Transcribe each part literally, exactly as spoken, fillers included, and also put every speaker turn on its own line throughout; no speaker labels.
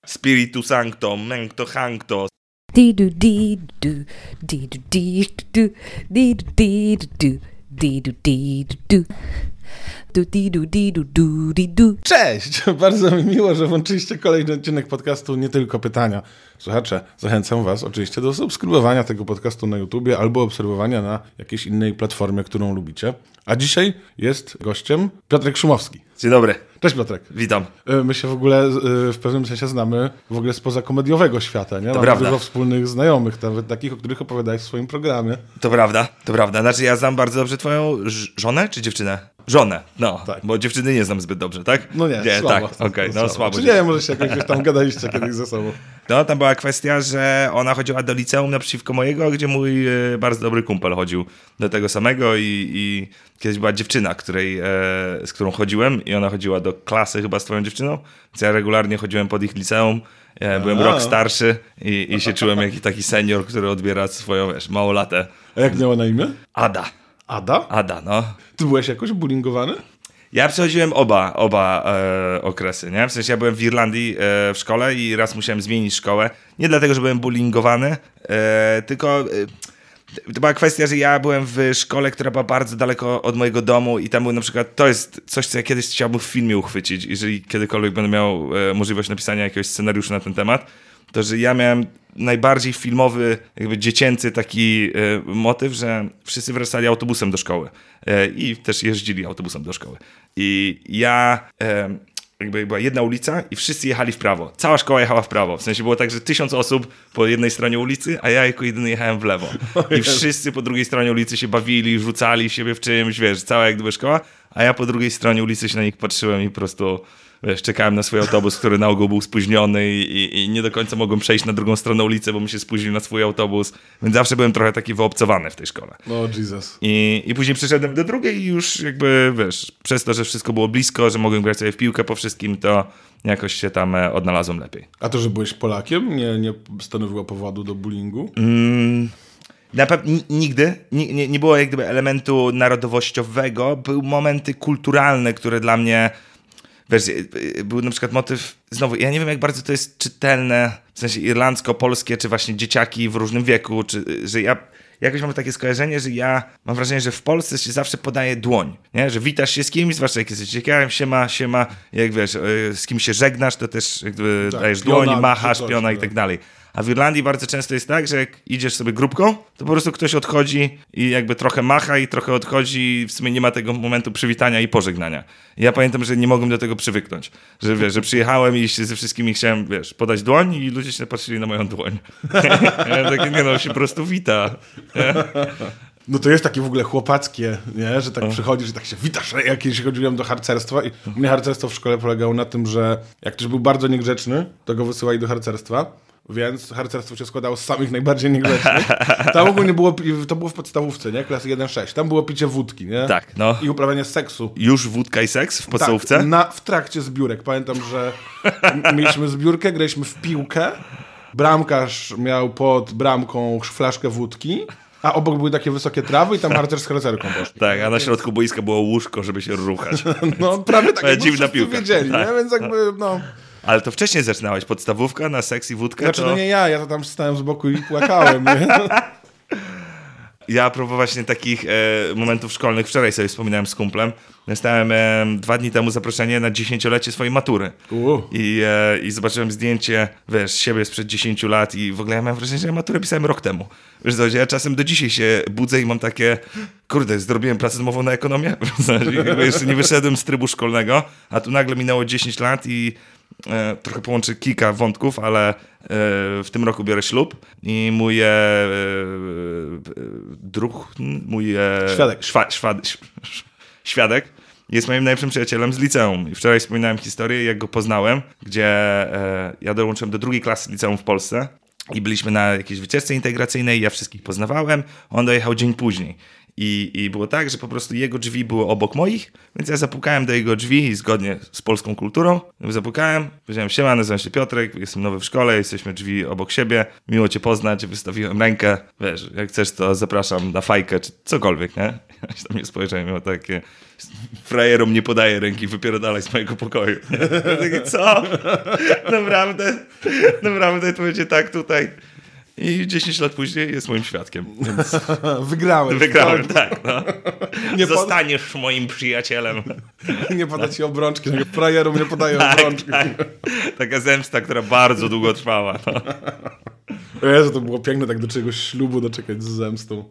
Spiritu Sancto, Mencto Hancto.
Di-du, di-du, di-du, di-du, di-du, di-du, di-du, di-du. Du, di-du, di-du, du, di-du.
Cześć! Bardzo mi miło, że włączyliście kolejny odcinek podcastu Nie Tylko Pytania. Słuchacze, zachęcam was oczywiście do subskrybowania tego podcastu na YouTubie albo obserwowania na jakiejś innej platformie, którą lubicie. A dzisiaj jest gościem Piotrek Szumowski.
Dzień dobry.
Cześć Piotrek.
Witam.
My się w ogóle w pewnym sensie znamy w ogóle spoza komediowego świata, nie? Mamy
prawda.
dużo wspólnych znajomych, nawet takich, o których opowiadałeś w swoim programie.
To prawda, to prawda. Znaczy ja znam bardzo dobrze twoją ż- żonę czy dziewczynę? Żonę, no,
Tak.
bo dziewczyny nie znam zbyt dobrze, tak?
No nie,
nie
słabo.
Tak, okej, okay, no słabo.
Czy nie, może się jakoś gdzieś tam gadaliście kiedyś ze sobą.
No, tam była kwestia, że ona chodziła do liceum naprzeciwko mojego, gdzie mój e, bardzo dobry kumpel chodził do tego samego i, i kiedyś była dziewczyna, której, e, z którą chodziłem i ona chodziła do klasy chyba z twoją dziewczyną, więc ja regularnie chodziłem pod ich liceum, e, byłem
A.
rok starszy i, i się czułem jak taki senior, który odbiera swoją, wiesz, małolatę.
A jak miała na imię?
Ada.
Ada?
Ada, no.
Ty byłeś jakoś bullyingowany?
Ja przechodziłem oba, oba e, okresy, nie? W sensie ja byłem w Irlandii e, w szkole i raz musiałem zmienić szkołę. Nie dlatego, że byłem bullyingowany, e, tylko e, to była kwestia, że ja byłem w szkole, która była bardzo daleko od mojego domu i tam był na przykład, to jest coś, co ja kiedyś chciałbym w filmie uchwycić, jeżeli kiedykolwiek będę miał e, możliwość napisania jakiegoś scenariusza na ten temat, to że ja miałem najbardziej filmowy, jakby dziecięcy taki e, motyw, że wszyscy wracali autobusem do szkoły e, i też jeździli autobusem do szkoły. I ja, e, jakby była jedna ulica i wszyscy jechali w prawo. Cała szkoła jechała w prawo. W sensie było tak, że tysiąc osób po jednej stronie ulicy, a ja jako jedyny jechałem w lewo. I wszyscy po drugiej stronie ulicy się bawili, rzucali siebie w czymś, wiesz, cała jak gdyby szkoła, a ja po drugiej stronie ulicy się na nich patrzyłem i po prostu... Wiesz, czekałem na swój autobus, który na ogół był spóźniony i, i, i nie do końca mogłem przejść na drugą stronę ulicy, bo mi się spóźnił na swój autobus, więc zawsze byłem trochę taki wyobcowany w tej szkole.
No, Jesus.
I, I później przeszedłem do drugiej i już jakby, wiesz, przez to, że wszystko było blisko, że mogłem grać sobie w piłkę po wszystkim, to jakoś się tam odnalazłem lepiej.
A to, że byłeś Polakiem, nie, nie stanowiło powodu do bullyingu?
Mm. Na pewno nigdy nie, nie, nie było jak gdyby elementu narodowościowego, były momenty kulturalne, które dla mnie... Wiesz, był na przykład motyw, znowu, ja nie wiem jak bardzo to jest czytelne, w sensie irlandzko-polskie, czy właśnie dzieciaki w różnym wieku, czy, że ja jakoś mam takie skojarzenie, że ja mam wrażenie, że w Polsce się zawsze podaje dłoń, nie? Że witasz się z kimś, zwłaszcza jak jesteś dzieciakiem, siema, siema, jak wiesz, z kim się żegnasz, to też jakby
tak,
dajesz
piona,
dłoń, machasz,
coś,
piona i tak dalej. A w Irlandii bardzo często jest tak, że jak idziesz sobie grupką, to po prostu ktoś odchodzi i jakby trochę macha i trochę odchodzi i w sumie nie ma tego momentu przywitania i pożegnania. I ja pamiętam, że nie mogłem do tego przywyknąć. Że wiesz, że przyjechałem i się ze wszystkimi chciałem, wiesz, podać dłoń i ludzie się patrzyli na moją dłoń. Ja tak, nie no, się po prostu wita. Nie?
No to jest takie w ogóle chłopackie, nie? Że tak przychodzisz i tak się witasz. Jak kiedyś chodziłem do harcerstwa i u mnie harcerstwo w szkole polegało na tym, że jak ktoś był bardzo niegrzeczny, to go wysyłali do harcerstwa. Więc harcerstwo się składało z samych najbardziej niegrzecznych. Tam ogólnie było, to było w podstawówce, nie? Klasy jeden sześć. Tam było picie wódki, nie?
Tak, no.
I uprawianie seksu.
Już wódka i seks w podstawówce?
Tak, na, w trakcie zbiórek. Pamiętam, że mieliśmy zbiórkę, graliśmy w piłkę. Bramkarz miał pod bramką flaszkę wódki, a obok były takie wysokie trawy i tam harcer z harcerką poszli.
Tak, a na środku boiska było łóżko, żeby się ruchać.
No prawie tak, jakby
dziwna
wszyscy
piłka.
wiedzieli,
Tak.
nie? Więc jakby, no...
Ale to wcześniej zaczynałeś, podstawówka na seks i wódkę?
Znaczy,
to...
no nie ja, ja to tam stałem z boku i płakałem, nie?
Ja a propos właśnie takich e, momentów szkolnych, wczoraj sobie wspominałem z kumplem, dostałem e, dwa dni temu zaproszenie na dziesięciolecie swojej matury.
U.
I, e, I zobaczyłem zdjęcie, wiesz, siebie sprzed dziesięciu lat i w ogóle ja miałem wrażenie, że ja maturę pisałem rok temu. Wiesz co, ja czasem do dzisiaj się budzę i mam takie, kurde, zrobiłem pracę domową na ekonomię? Jakby jeszcze nie wyszedłem z trybu szkolnego, a tu nagle minęło dziesięć lat i e, trochę połączę kilka wątków, ale e, w tym roku biorę ślub i mój e, e, druh, mój e,
Świadek.
Szwa, szwad, świadek jest moim najlepszym przyjacielem z liceum. I wczoraj wspominałem historię, jak go poznałem, gdzie e, ja dołączyłem do drugiej klasy liceum w Polsce i byliśmy na jakiejś wycieczce integracyjnej, ja wszystkich poznawałem, on dojechał dzień później. I, I było tak, że po prostu jego drzwi były obok moich, więc ja zapukałem do jego drzwi i zgodnie z polską kulturą zapukałem, powiedziałem: siema, nazywam się Piotrek, jestem nowy w szkole, jesteśmy drzwi obok siebie, miło cię poznać, wystawiłem rękę, wiesz, jak chcesz to zapraszam na fajkę, czy cokolwiek, nie? Aż tam mnie spojrzałem, miał takie, frajerom nie podaję ręki, wypierdalaj z mojego pokoju. Ja takie, co? Naprawdę? Naprawdę to będzie tak tutaj? I dziesięć lat później jest moim świadkiem. Więc
Wygrałem.
wygrałem, tak. No.
Nie pod-
Zostaniesz moim przyjacielem.
Nie poda ci obrączki, no, frajerom nie podają
Tak,
obrączki.
tak. Taka zemsta, która bardzo długo trwała. No.
O Jezu, to było piękne tak do czegoś ślubu doczekać z zemstą.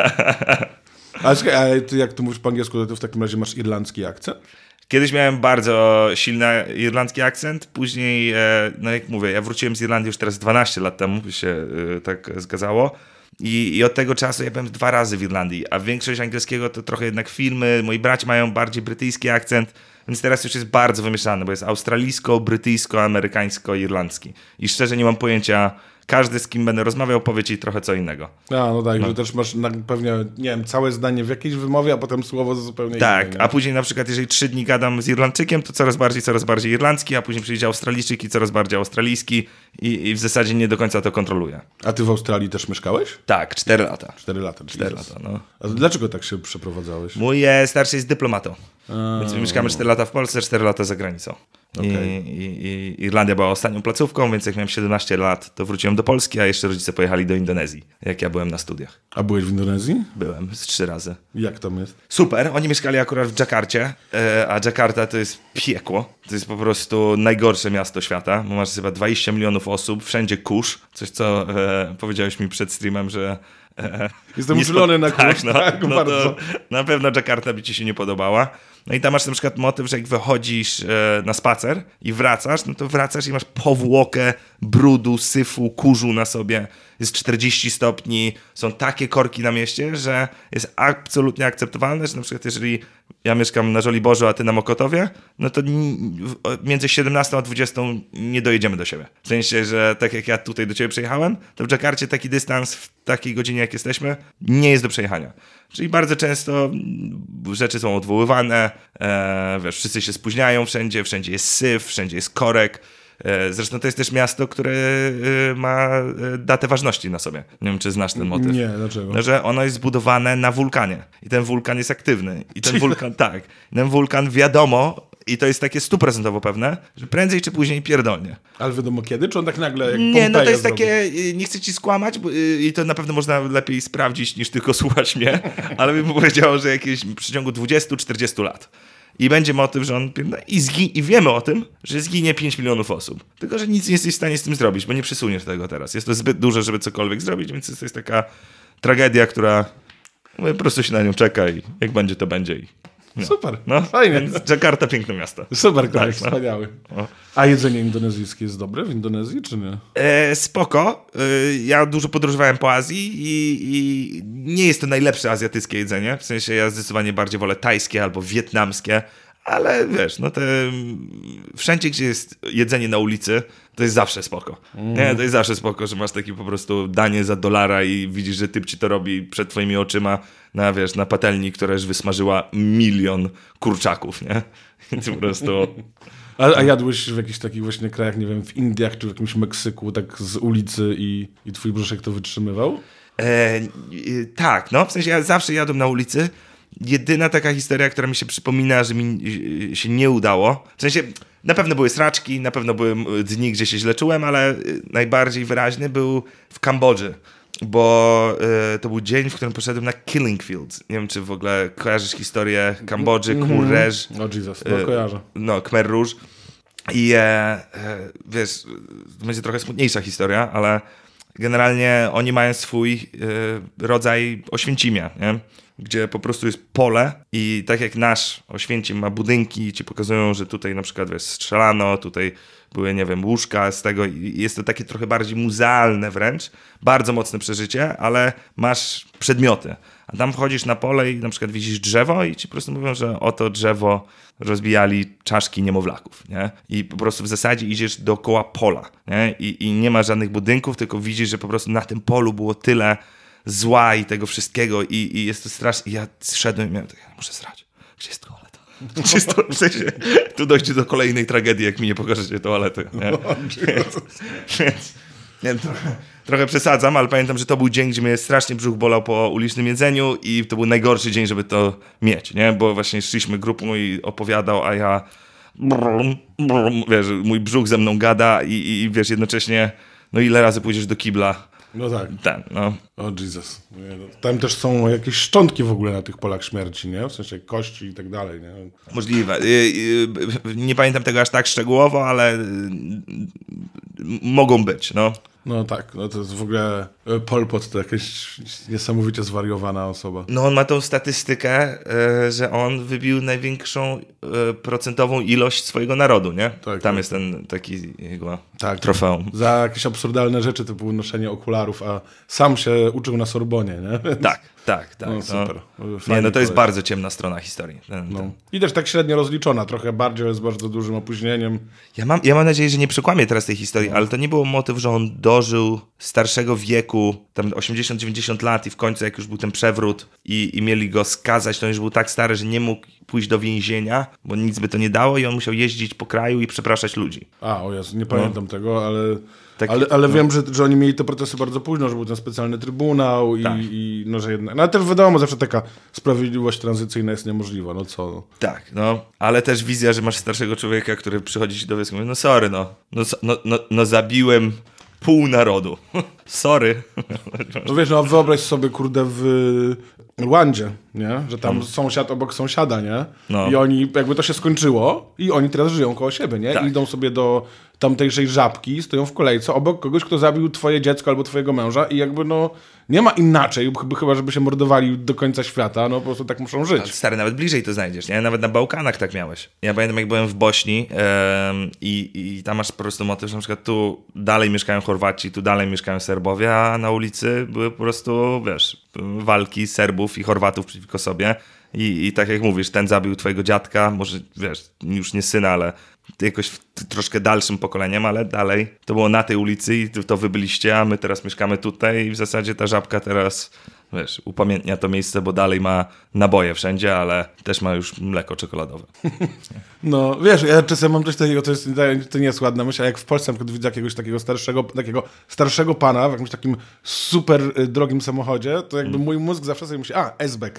Ale czekaj, ale ty jak ty mówisz po angielsku, to ty w takim razie masz irlandzki akcent?
Kiedyś miałem bardzo silny irlandzki akcent, później, e, no jak mówię, ja wróciłem z Irlandii już teraz dwanaście lat temu, by się e, tak zgadzało. I, I od tego czasu ja byłem dwa razy w Irlandii, a większość angielskiego to trochę jednak filmy. Moi bracia mają bardziej brytyjski akcent, więc teraz już jest bardzo wymieszany, bo jest australijsko, brytyjsko, amerykańsko, irlandzki. I szczerze nie mam pojęcia, każdy z kim będę rozmawiał powie ci trochę co innego.
A, no tak, no. Że też masz na, pewnie, nie wiem, całe zdanie w jakiejś wymowie, a potem słowo zupełnie
Tak,
inne.
a później na przykład jeżeli trzy dni gadam z Irlandczykiem, to coraz bardziej, coraz bardziej irlandzki, a później przyjdzie Australijczyk i coraz bardziej australijski i, i w zasadzie nie do końca to kontroluję.
A ty w Australii też mieszkałeś?
Tak, cztery lata.
Cztery lata.
Cztery
Jesus.
lata, no.
A dlaczego tak się przeprowadzałeś?
Mój e, starszy jest dyplomatą,
A,
więc my mieszkamy cztery lata w Polsce, cztery lata za granicą. I,
Okej.
i, I Irlandia była ostatnią placówką, więc jak miałem siedemnaście lat, to wróciłem do Polski, a jeszcze rodzice pojechali do Indonezji, jak ja byłem na studiach.
A byłeś w Indonezji?
Byłem z trzy razy.
Jak tam jest?
Super, oni mieszkali akurat w Dżakarcie, e, a Dżakarta to jest piekło. To jest po prostu najgorsze miasto świata, bo masz chyba dwadzieścia milionów osób, wszędzie kurz, coś co e, powiedziałeś mi przed streamem, że e,
Jestem
nie
uczulony na
tak,
kurz,
no,
tak,
no
bardzo.
to na pewno Dżakarta by ci się nie podobała. No i tam masz na przykład motyw, że jak wychodzisz e, na spacer i wracasz, no to wracasz i masz powłokę brudu, syfu, kurzu na sobie. Jest czterdzieści stopni, są takie korki na mieście, że jest absolutnie akceptowalne, że na przykład jeżeli ja mieszkam na Żoliborzu, a ty na Mokotowie, no to między siedemnastą a dwudziestą nie dojedziemy do siebie. W sensie, że tak jak ja tutaj do ciebie przyjechałem, to w Dżakarcie taki dystans w takiej godzinie, jak jesteśmy, nie jest do przejechania. Czyli bardzo często rzeczy są odwoływane, e, wiesz, wszyscy się spóźniają wszędzie, wszędzie jest syf, wszędzie jest korek. Zresztą to jest też miasto, które ma datę ważności na sobie. Nie wiem, czy znasz ten motyw.
Nie, dlaczego?
No, że ono jest zbudowane na wulkanie. I ten wulkan jest aktywny. I ten wulkan, tak. I ten wulkan wiadomo, i to jest takie stuprocentowo pewne, że prędzej czy później pierdolnie.
Ale wiadomo kiedy? Czy on tak nagle jak
Nie, no to jest
zrobi?
takie, nie chcę ci skłamać, bo, i to na pewno można lepiej sprawdzić niż tylko słuchać mnie, ale bym powiedział, że jakieś w przeciągu dwudziestu czterdziestu lat. I będzie motyw, że on i, zgi- i wiemy o tym, że zginie pięć milionów osób. Tylko, że nic nie jesteś w stanie z tym zrobić, bo nie przesuniesz tego teraz. Jest to zbyt duże, żeby cokolwiek zrobić, więc to jest taka tragedia, która no, po prostu się na nią czeka i jak będzie, to będzie. I, no.
Super,
No,
fajnie.
Więc Dżakarta, piękne miasto.
Super, kraj,
Tak, no.
wspaniały.
No.
A jedzenie indonezyjskie jest dobre w Indonezji, czy nie?
E, spoko. E, ja dużo podróżowałem po Azji i, i nie jest to najlepsze azjatyckie jedzenie. W sensie ja zdecydowanie bardziej wolę tajskie albo wietnamskie. Ale wiesz, no te wszędzie, gdzie jest jedzenie na ulicy, to jest zawsze spoko. Mm. Nie, to jest zawsze spoko, że masz takie po prostu danie za dolara i widzisz, że typ ci to robi przed twoimi oczyma na, wiesz, na patelni, która już wysmażyła milion kurczaków, nie? I ty po prostu...
A, a jadłeś w jakichś takich właśnie krajach, nie wiem, w Indiach czy w jakimś Meksyku, tak z ulicy i, i twój brzuszek to wytrzymywał?
E, e, tak, no, w sensie ja zawsze jadłem na ulicy. Jedyna taka historia, która mi się przypomina, że mi się nie udało. W sensie, na pewno były sraczki, na pewno były dni, gdzie się źle czułem, ale najbardziej wyraźny był w Kambodży. Bo y, to był dzień, w którym poszedłem na Killing Fields. Nie wiem, czy w ogóle kojarzysz historię Kambodży, Khmer Rouge.
O Jesus, no
y,
kojarzę.
No, Khmer Rouge. I e, e, wiesz, to będzie trochę smutniejsza historia, ale generalnie oni mają swój y, rodzaj Oświęcimia, nie? Gdzie po prostu jest pole i tak jak nasz Oświęcim ma budynki, ci pokazują, że tutaj na przykład wiesz, strzelano, tutaj były, nie wiem, łóżka z tego i jest to takie trochę bardziej muzealne wręcz, bardzo mocne przeżycie, ale masz przedmioty. A tam wchodzisz na pole i na przykład widzisz drzewo i ci po prostu mówią, że oto drzewo rozbijali czaszki niemowlaków, nie? I po prostu w zasadzie idziesz dookoła pola, nie? I, i nie ma żadnych budynków, tylko widzisz, że po prostu na tym polu było tyle zła i tego wszystkiego i, i jest to straszne. I ja zszedłem i miałem tak, ja muszę srać. Gdzie jest toaleta? Gdzie jest to, w sensie, tu dojdzie do kolejnej tragedii, jak mi nie pokażecie toalety. Nie? Więc, Nie, trochę, trochę przesadzam, ale pamiętam, że to był dzień, gdzie mnie strasznie brzuch bolał po ulicznym jedzeniu i to był najgorszy dzień, żeby to mieć, nie? Bo właśnie szliśmy grupą i opowiadał, a ja brum, brum, wiesz, mój brzuch ze mną gada i, i, i wiesz, jednocześnie no ile razy pójdziesz do kibla.
No tak.
Ten, no.
O Jesus. Nie, no. Tam też są jakieś szczątki w ogóle na tych polach śmierci, nie? W sensie kości i tak dalej, nie?
Możliwe. Nie pamiętam tego aż tak szczegółowo, ale mogą być, no.
No tak, no to jest w ogóle Pol Pot to jakaś niesamowicie zwariowana osoba.
No on ma tą statystykę, że on wybił największą procentową ilość swojego narodu, nie?
Tak,
Tam
tak.
jest ten taki jego
Tak,
trofeum.
Za jakieś absurdalne rzeczy typu noszenie okularów, a sam się uczył na Sorbonie, nie?
Tak, tak, tak.
No,
No.
super.
Nie,
Fajny
no to jest
koleś.
bardzo ciemna strona historii. Ten,
No.
ten.
I też tak średnio rozliczona, trochę bardziej, ale z bardzo dużym opóźnieniem.
Ja, mam, ja mam nadzieję, że nie przekłamię teraz tej historii, ale to nie był motyw, że on dożył starszego wieku, tam osiemdziesiąt dziewięćdziesiąt lat i w końcu jak już był ten przewrót i, i mieli go skazać, to on już był tak stary, że nie mógł pójść do więzienia, bo nic by to nie dało i on musiał jeździć po kraju i przepraszać ludzi.
A, o Jezu, nie pamiętam
No.
tego, ale,
Taki-
ale, ale
no.
wiem, że, że oni mieli te procesy bardzo późno, że był ten specjalny trybunał i,
Tak.
i no, że jednak... No ale też wiadomo, zawsze taka sprawiedliwość tranzycyjna jest niemożliwa, no co... No.
Tak, no, ale też wizja, że masz starszego człowieka, który przychodzi ci do wioski i mówi, no sorry, no, no, so- no, no, no zabiłem pół narodu. Sorry.
No wiesz, no wyobraź sobie, kurde, w Rwandzie, nie? Że tam sąsiad obok sąsiada, nie?
No.
I oni, jakby to się skończyło i oni teraz żyją koło siebie, nie?
Tak.
I idą sobie do tamtejszej żabki, stoją w kolejce obok kogoś, kto zabił twoje dziecko albo twojego męża i jakby no nie ma inaczej, chyba, chyba żeby się mordowali do końca świata, no po prostu tak muszą żyć.
Stary, nawet bliżej to znajdziesz, nie? Nawet na Bałkanach tak miałeś. Ja pamiętam, jak byłem w Bośni em, i, i tam masz po prostu motyw, że na przykład tu dalej mieszkają Chorwaci, tu dalej mieszkają Serbowie, a na ulicy były po prostu, wiesz, walki Serbów i Chorwatów przeciwko sobie. I, I tak jak mówisz, ten zabił twojego dziadka, może, wiesz, już nie syna, ale jakoś w, troszkę dalszym pokoleniem, ale dalej. To było na tej ulicy i to, to wy byliście, a my teraz mieszkamy tutaj i w zasadzie ta żabka teraz, wiesz, upamiętnia to miejsce, bo dalej ma naboje wszędzie, ale też ma już mleko czekoladowe.
No, wiesz, ja czasem mam coś takiego, to, jest, to nie jest ładna myśl, a jak w Polsce na przykład widzę jakiegoś takiego starszego, takiego starszego pana w jakimś takim super y, drogim samochodzie, to jakby mój mózg zawsze sobie myśli, a, S-Back.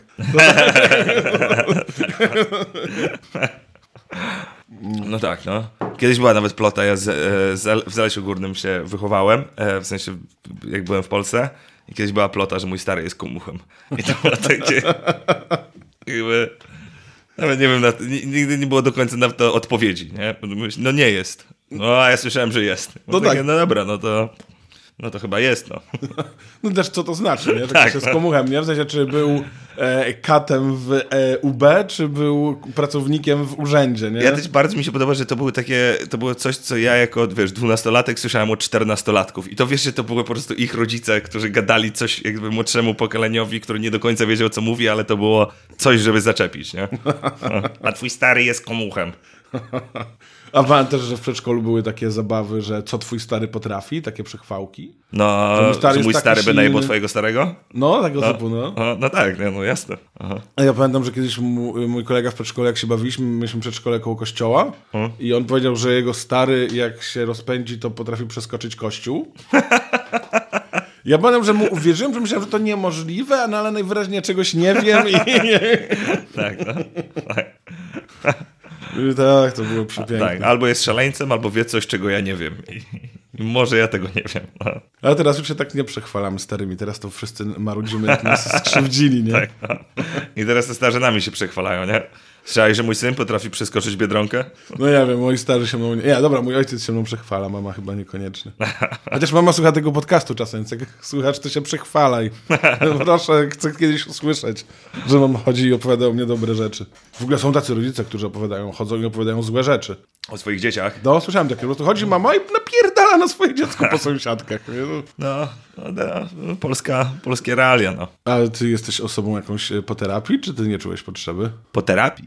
No tak, no. Kiedyś była nawet plota, ja z, e, z, w Zalesiu Górnym się wychowałem, e, w sensie jak byłem w Polsce i kiedyś była plota, że mój stary jest komuchem. I to było takie... jakby, nawet nie wiem, na to, nigdy nie było do końca na to odpowiedzi, nie? No nie jest. No a ja słyszałem, że jest. No,
No
takie,
tak.
no dobra, no to... No to chyba jest, no.
No też co to znaczy, nie? Że
Tak,
ktoś jest
no.
komuchem, nie? W sensie, czy był e, katem w e, U B, czy był pracownikiem w urzędzie, nie?
Ja też bardzo mi się podoba, że to były takie, to było coś, co ja jako, wiesz, dwunastolatek słyszałem od czternastolatków. I to wiesz, że to były po prostu ich rodzice, którzy gadali coś jakby młodszemu pokoleniowi, który nie do końca wiedział, co mówi, ale to było coś, żeby zaczepić, nie? No. A twój stary jest komuchem.
A pamiętasz, że w przedszkolu były takie zabawy, że co twój stary potrafi, takie przechwałki?
No,
Że mój stary
że
jest
mój
taki
stary by
silny.
najebał twojego starego?
No, tego
No,
typu, no.
no, no tak, no, no jasne. Aha.
A ja pamiętam, że kiedyś mój, mój kolega w przedszkolu, jak się bawiliśmy, mieliśmy przedszkole koło kościoła
Hmm.
i on powiedział, że jego stary, jak się rozpędzi, to potrafi przeskoczyć kościół. Ja pamiętam, że mu uwierzyłem, że myślałem, że to niemożliwe, no ale najwyraźniej czegoś nie wiem i...
Tak, no. Tak.
Tak, to było przepiękne.
Tak, albo jest szaleńcem, albo wie coś, czego ja nie wiem. I, i może ja tego nie wiem. No.
Ale teraz już się tak nie przechwalamy starymi, teraz to wszyscy marudzimy, jak nas skrzywdzili, nie?
Tak, no. I teraz te starzy nami się przechwalają, nie? Słyszałeś, że mój syn potrafi przeskoczyć Biedronkę?
No ja wiem, moi starzy się mną... Nie, ja, dobra, mój ojciec się mną przechwala, mama chyba niekoniecznie. Chociaż mama słucha tego podcastu czasem, więc jak słuchasz, to się przechwalaj. Proszę, chcę kiedyś usłyszeć, że mama chodzi i opowiada o mnie dobre rzeczy. W ogóle są tacy rodzice, którzy opowiadają, chodzą i opowiadają złe rzeczy.
O swoich dzieciach?
No, słyszałem takie, po prostu chodzi mama i napierdala na swoje dziecko po sąsiadkach. Nie? No.
No, no, no Polska, polskie realia, no.
Ale ty jesteś osobą jakąś po terapii, czy ty nie czułeś potrzeby?
Po terapii?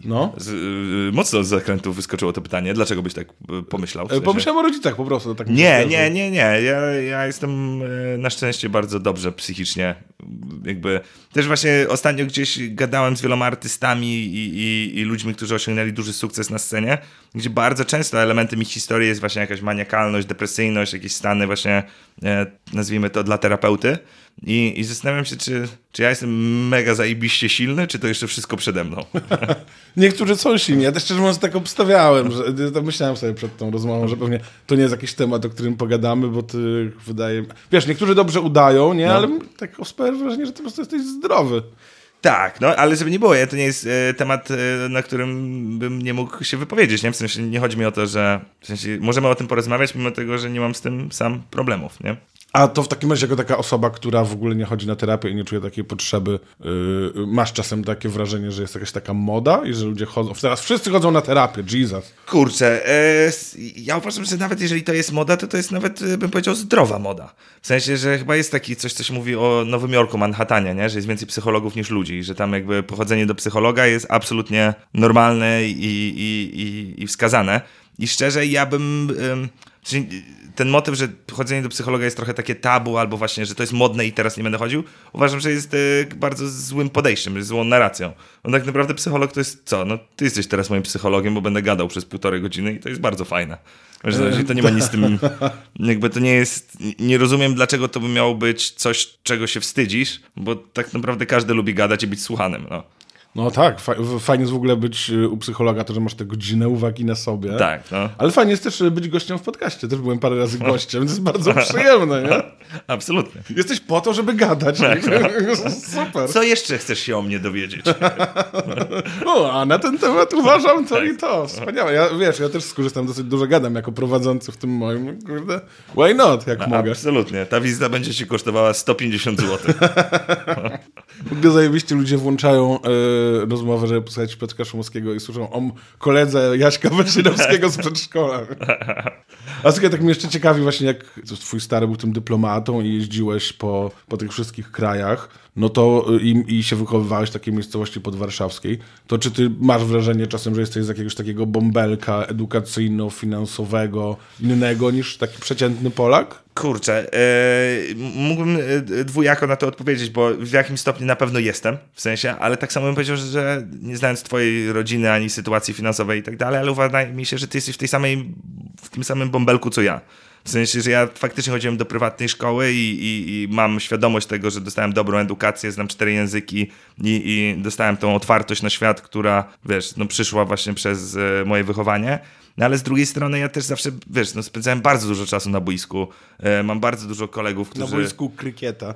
No.
Z, y, mocno z zakrętu wyskoczyło to pytanie. Dlaczego byś tak y, pomyślał? W sensie?
Pomyślałem o rodzicach po prostu. Tak mi się
Nie,
wydaje,
nie,
że-
nie, nie. Ja, ja jestem y, na szczęście bardzo dobrze psychicznie. Jakby też właśnie ostatnio gdzieś gadałem z wieloma artystami i, i, i ludźmi, którzy osiągnęli duży sukces na scenie, gdzie bardzo często elementem ich historii jest właśnie jakaś maniakalność, depresyjność, jakieś stany właśnie, e, nazwijmy to, dla terapeuty. I, i zastanawiam się, czy, czy ja jestem mega zajebiście silny, czy to jeszcze wszystko przede mną.
Niektórzy są silni. Ja też szczerze mówiąc tak obstawiałem, że tak myślałem sobie przed tą rozmową, że pewnie to nie jest jakiś temat, o którym pogadamy, bo ty wydaje... Wiesz, niektórzy dobrze udają, nie?
No.
Ale tak sprawia wrażenie, że ty po prostu jesteś zdrowy.
Tak, no ale żeby nie było, ja to nie jest e, temat, e, na którym bym nie mógł się wypowiedzieć, nie? W sensie nie chodzi mi o to, że w sensie możemy o tym porozmawiać, mimo tego, że nie mam z tym sam problemów, nie?
A to w takim razie jako taka osoba, która w ogóle nie chodzi na terapię i nie czuje takiej potrzeby, yy, masz czasem takie wrażenie, że jest jakaś taka moda i że ludzie chodzą... Teraz wszyscy chodzą na terapię, Jesus.
Kurczę, e, s- ja uważam, że nawet jeżeli to jest moda, to to jest nawet, e, bym powiedział, zdrowa moda. W sensie, że chyba jest taki coś, co się mówi o Nowym Jorku, Manhattanie, nie? Że jest więcej psychologów niż ludzi i że tam jakby pochodzenie do psychologa jest absolutnie normalne i, i, i, i wskazane. I szczerze, ja bym... Ym, w sensie, ten motyw, że chodzenie do psychologa jest trochę takie tabu, albo właśnie, że to jest modne i teraz nie będę chodził, uważam, że jest e, bardzo złym podejściem, jest złą narracją. No tak naprawdę psycholog to jest co? No ty jesteś teraz moim psychologiem, bo będę gadał przez półtorej godziny i to jest bardzo fajne. Wiesz, znaczy, to nie ma nic z tym, jakby to nie jest, nie rozumiem, dlaczego to by miało być coś, czego się wstydzisz, bo tak naprawdę każdy lubi gadać i być słuchanym, no.
No tak, fa- fajnie jest w ogóle być y, u psychologa, to, że masz tę godzinę uwagi na sobie.
Tak, no.
Ale fajnie jest też y, być gościem w podcaście. Też byłem parę razy gościem, to jest bardzo przyjemne, nie?
Absolutnie.
Jesteś po to, żeby gadać. Super.
Co jeszcze chcesz się o mnie dowiedzieć?
O, a na ten temat uważam to i to. Wspaniałe. Ja, wiesz, ja też skorzystam, dosyć dużo gadam jako prowadzący w tym moim, kurde, why not, jak mogę.
Absolutnie. Ta wizyta będzie ci kosztowała sto pięćdziesiąt złotych.
W ogóle zajebiście ludzie włączają e, rozmowę, żeby posłuchać Piotrka Szumowskiego i słyszą o koledze Jaśka Weszynowskiego z przedszkola. A słuchaj, tak mnie jeszcze ciekawi właśnie, jak twój stary był tym dyplomatą i jeździłeś po, po tych wszystkich krajach, no to i, i się wychowywałeś w takiej miejscowości podwarszawskiej, to czy ty masz wrażenie czasem, że jesteś z jakiegoś takiego bąbelka edukacyjno-finansowego, innego niż taki przeciętny Polak?
Kurczę, yy, mógłbym yy, dwujako na to odpowiedzieć, bo w jakimś stopniu na pewno jestem, w sensie, ale tak samo bym powiedział, że, że nie znając twojej rodziny, ani sytuacji finansowej i tak dalej, ale uważaj mi się, że ty jesteś w tej samej, w tym samym bąbelku, co ja. W sensie, że ja faktycznie chodziłem do prywatnej szkoły i, i, i mam świadomość tego, że dostałem dobrą edukację, znam cztery języki i, i dostałem tą otwartość na świat, która, wiesz, no przyszła właśnie przez e, moje wychowanie. No ale z drugiej strony ja też zawsze, wiesz, no spędzałem bardzo dużo czasu na boisku. E, mam bardzo dużo kolegów, którzy...
Na boisku krykieta.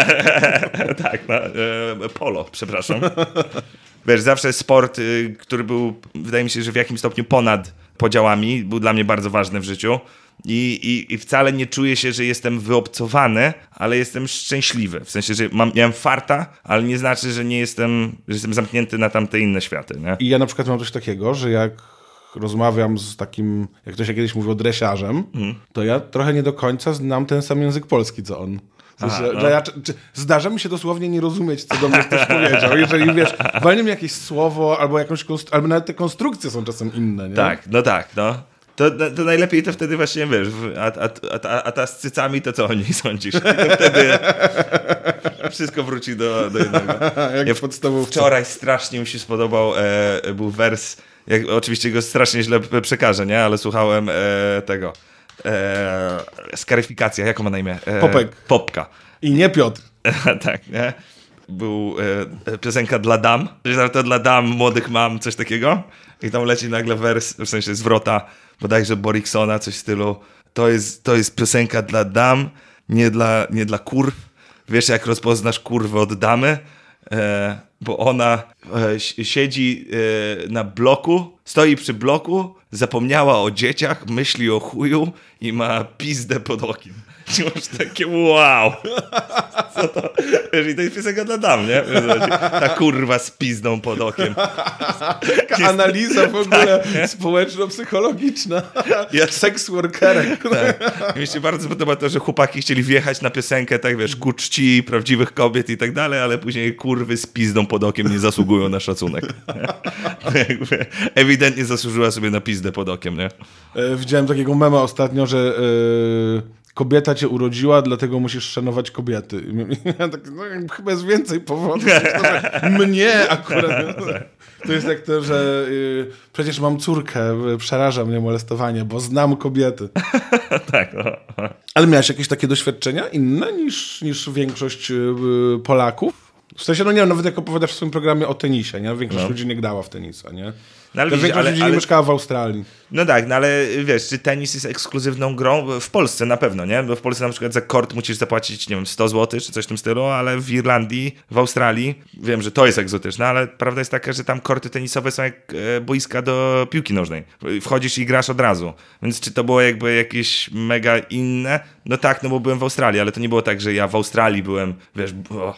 tak, na, e, polo, przepraszam. Wiesz, zawsze sport, y, który był, wydaje mi się, że w jakimś stopniu ponad podziałami, był dla mnie bardzo ważny w życiu. I, i, I wcale nie czuję się, że jestem wyobcowany, ale jestem szczęśliwy. W sensie, że mam, miałem farta, ale nie znaczy, że nie jestem, że jestem zamknięty na tamte inne światy. Nie?
I ja na przykład mam coś takiego, że jak rozmawiam z takim, jak ktoś kiedyś mówił, dresiarzem, mm. to ja trochę nie do końca znam ten sam język polski, co on. W sensie,
Aha,
że,
no.
że ja, czy, czy, zdarza mi się dosłownie nie rozumieć, co do mnie ktoś powiedział. Jeżeli, wiesz, walnie mi jakieś słowo albo jakąś, konstru- albo nawet te konstrukcje są czasem inne, nie?
Tak, no tak, no. To, to najlepiej to wtedy właśnie, wiesz, a, a, a, a ta z cycami to co o niej sądzisz? I to wtedy wszystko wróci do, do jednego.
Jak
Ja
w podstawówce.
Wczoraj strasznie mi się spodobał, e, był wers, jak, oczywiście go strasznie źle przekażę, nie? Ale słuchałem e, tego, e, skaryfikacja, jak on ma na imię? E,
Popek.
Popka.
I nie Piotr.
Tak, nie? Był e, piosenka dla dam, że to dla dam, młodych mam, coś takiego. I tam leci nagle wers, w sensie zwrota, bodajże Boriksona, coś w stylu. To jest, to jest piosenka dla dam, nie dla, nie dla kurw. Wiesz, jak rozpoznasz kurwę od damy? E, bo ona e, siedzi e, na bloku, stoi przy bloku, zapomniała o dzieciach, myśli o chuju i ma pizdę pod okiem. I masz takie wow. Co to? Wiesz, i to jest piosenka dla dam, nie? Ta kurwa z pizdą pod okiem.
Taka analiza w ogóle tak, społeczno-psychologiczna.
Ja...
Sex workerek.
Tak. Mi się bardzo podoba to, że chłopaki chcieli wjechać na piosenkę, tak wiesz, ku czci prawdziwych kobiet i tak dalej, ale później kurwy z pizdą pod okiem nie zasługują na szacunek. Ewidentnie zasłużyła sobie na pizdę pod okiem, nie?
Widziałem takiego mema ostatnio, że yy, kobieta cię urodziła, dlatego musisz szanować kobiety. Ja tak, no, chyba jest więcej powodów. Mnie akurat. To jest jak to, że yy, przecież mam córkę, przeraża mnie molestowanie, bo znam kobiety.
Tak. No.
Ale miałeś jakieś takie doświadczenia inne niż, niż większość yy, Polaków? W sensie, no nie wiem, nawet jak opowiadasz w swoim programie o tenisie, nie? Większość no. ludzi nie grała w tenisa, nie?
No, ale
widzisz, większość
ale,
ludzi
ale...
nie mieszkała w Australii.
No tak, no ale wiesz, czy tenis jest ekskluzywną grą? W Polsce na pewno, nie? Bo w Polsce na przykład za kort musisz zapłacić, nie wiem, sto złotych czy coś w tym stylu, ale w Irlandii, w Australii, wiem, że to jest egzotyczne, ale prawda jest taka, że tam korty tenisowe są jak e, boiska do piłki nożnej. Wchodzisz i grasz od razu. Więc czy to było jakby jakieś mega inne? No tak, no bo byłem w Australii, ale to nie było tak, że ja w Australii byłem, wiesz, bo...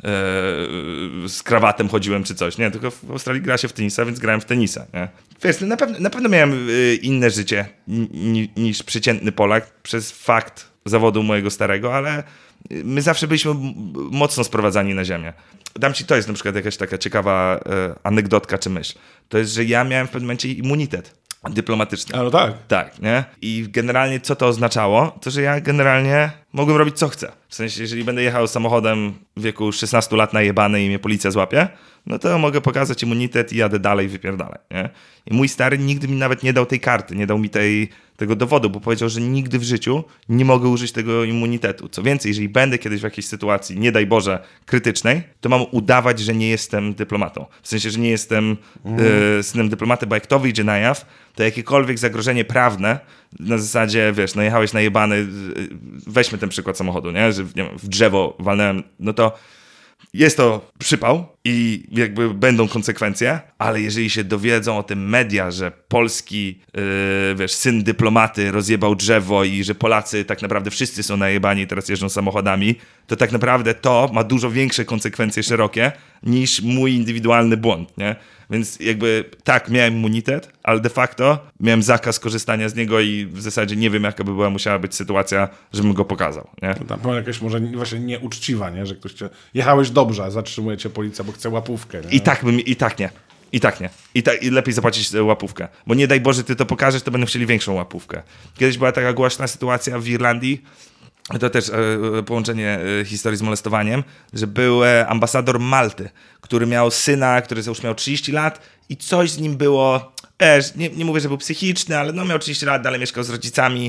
z krawatem chodziłem czy coś, nie, tylko w Australii gra się w tenisa, więc grałem w tenisa, nie. Wiesz, na pewno, na pewno miałem inne życie ni, niż przeciętny Polak przez fakt zawodu mojego starego, ale my zawsze byliśmy mocno sprowadzani na ziemię. Dam ci, to jest na przykład jakaś taka ciekawa anegdotka czy myśl. To jest, że ja miałem w pewnym momencie immunitet dyplomatyczny.
A no tak.
Tak, nie? I generalnie co to oznaczało? To, że ja generalnie mogłem robić co chcę. W sensie, jeżeli będę jechał samochodem w wieku szesnastu lat najebany i mnie policja złapie, no to mogę pokazać immunitet i jadę dalej, wypierdalaj, nie? I mój stary nigdy mi nawet nie dał tej karty, nie dał mi tej, tego dowodu, bo powiedział, że nigdy w życiu nie mogę użyć tego immunitetu. Co więcej, jeżeli będę kiedyś w jakiejś sytuacji, nie daj Boże, krytycznej, to mam udawać, że nie jestem dyplomatą. W sensie, że nie jestem mm. y, synem dyplomaty, bo jak to wyjdzie na jaw, to jakiekolwiek zagrożenie prawne, na zasadzie, wiesz, no jechałeś najebany, weźmy ten przykład samochodu, nie? Że nie wiem, w drzewo walnąłem, no to jest to przypał i jakby będą konsekwencje, ale jeżeli się dowiedzą o tym media, że polski, yy, wiesz, syn dyplomaty rozjebał drzewo i że Polacy tak naprawdę wszyscy są najebani i teraz jeżdżą samochodami, to tak naprawdę to ma dużo większe konsekwencje szerokie niż mój indywidualny błąd, nie? Więc jakby tak, miałem immunitet, ale de facto miałem zakaz korzystania z niego i w zasadzie nie wiem, jaka by była musiała być sytuacja, żebym go pokazał, nie?
Tam była jakaś może właśnie nieuczciwa, nie? Że ktoś cię... Jechałeś dobrze, a zatrzymuje cię policja, bo chce łapówkę, nie?
I tak bym, i tak nie. I tak nie. I, ta, I lepiej zapłacić łapówkę. Bo nie daj Boże, ty to pokażesz, to będą chcieli większą łapówkę. Kiedyś była taka głośna sytuacja w Irlandii, to też e, połączenie e, historii z molestowaniem, że był e, ambasador Malty, który miał syna, który już miał trzydzieści lat i coś z nim było, e, nie, nie mówię, że był psychiczny, ale no miał trzydzieści lat, dalej mieszkał z rodzicami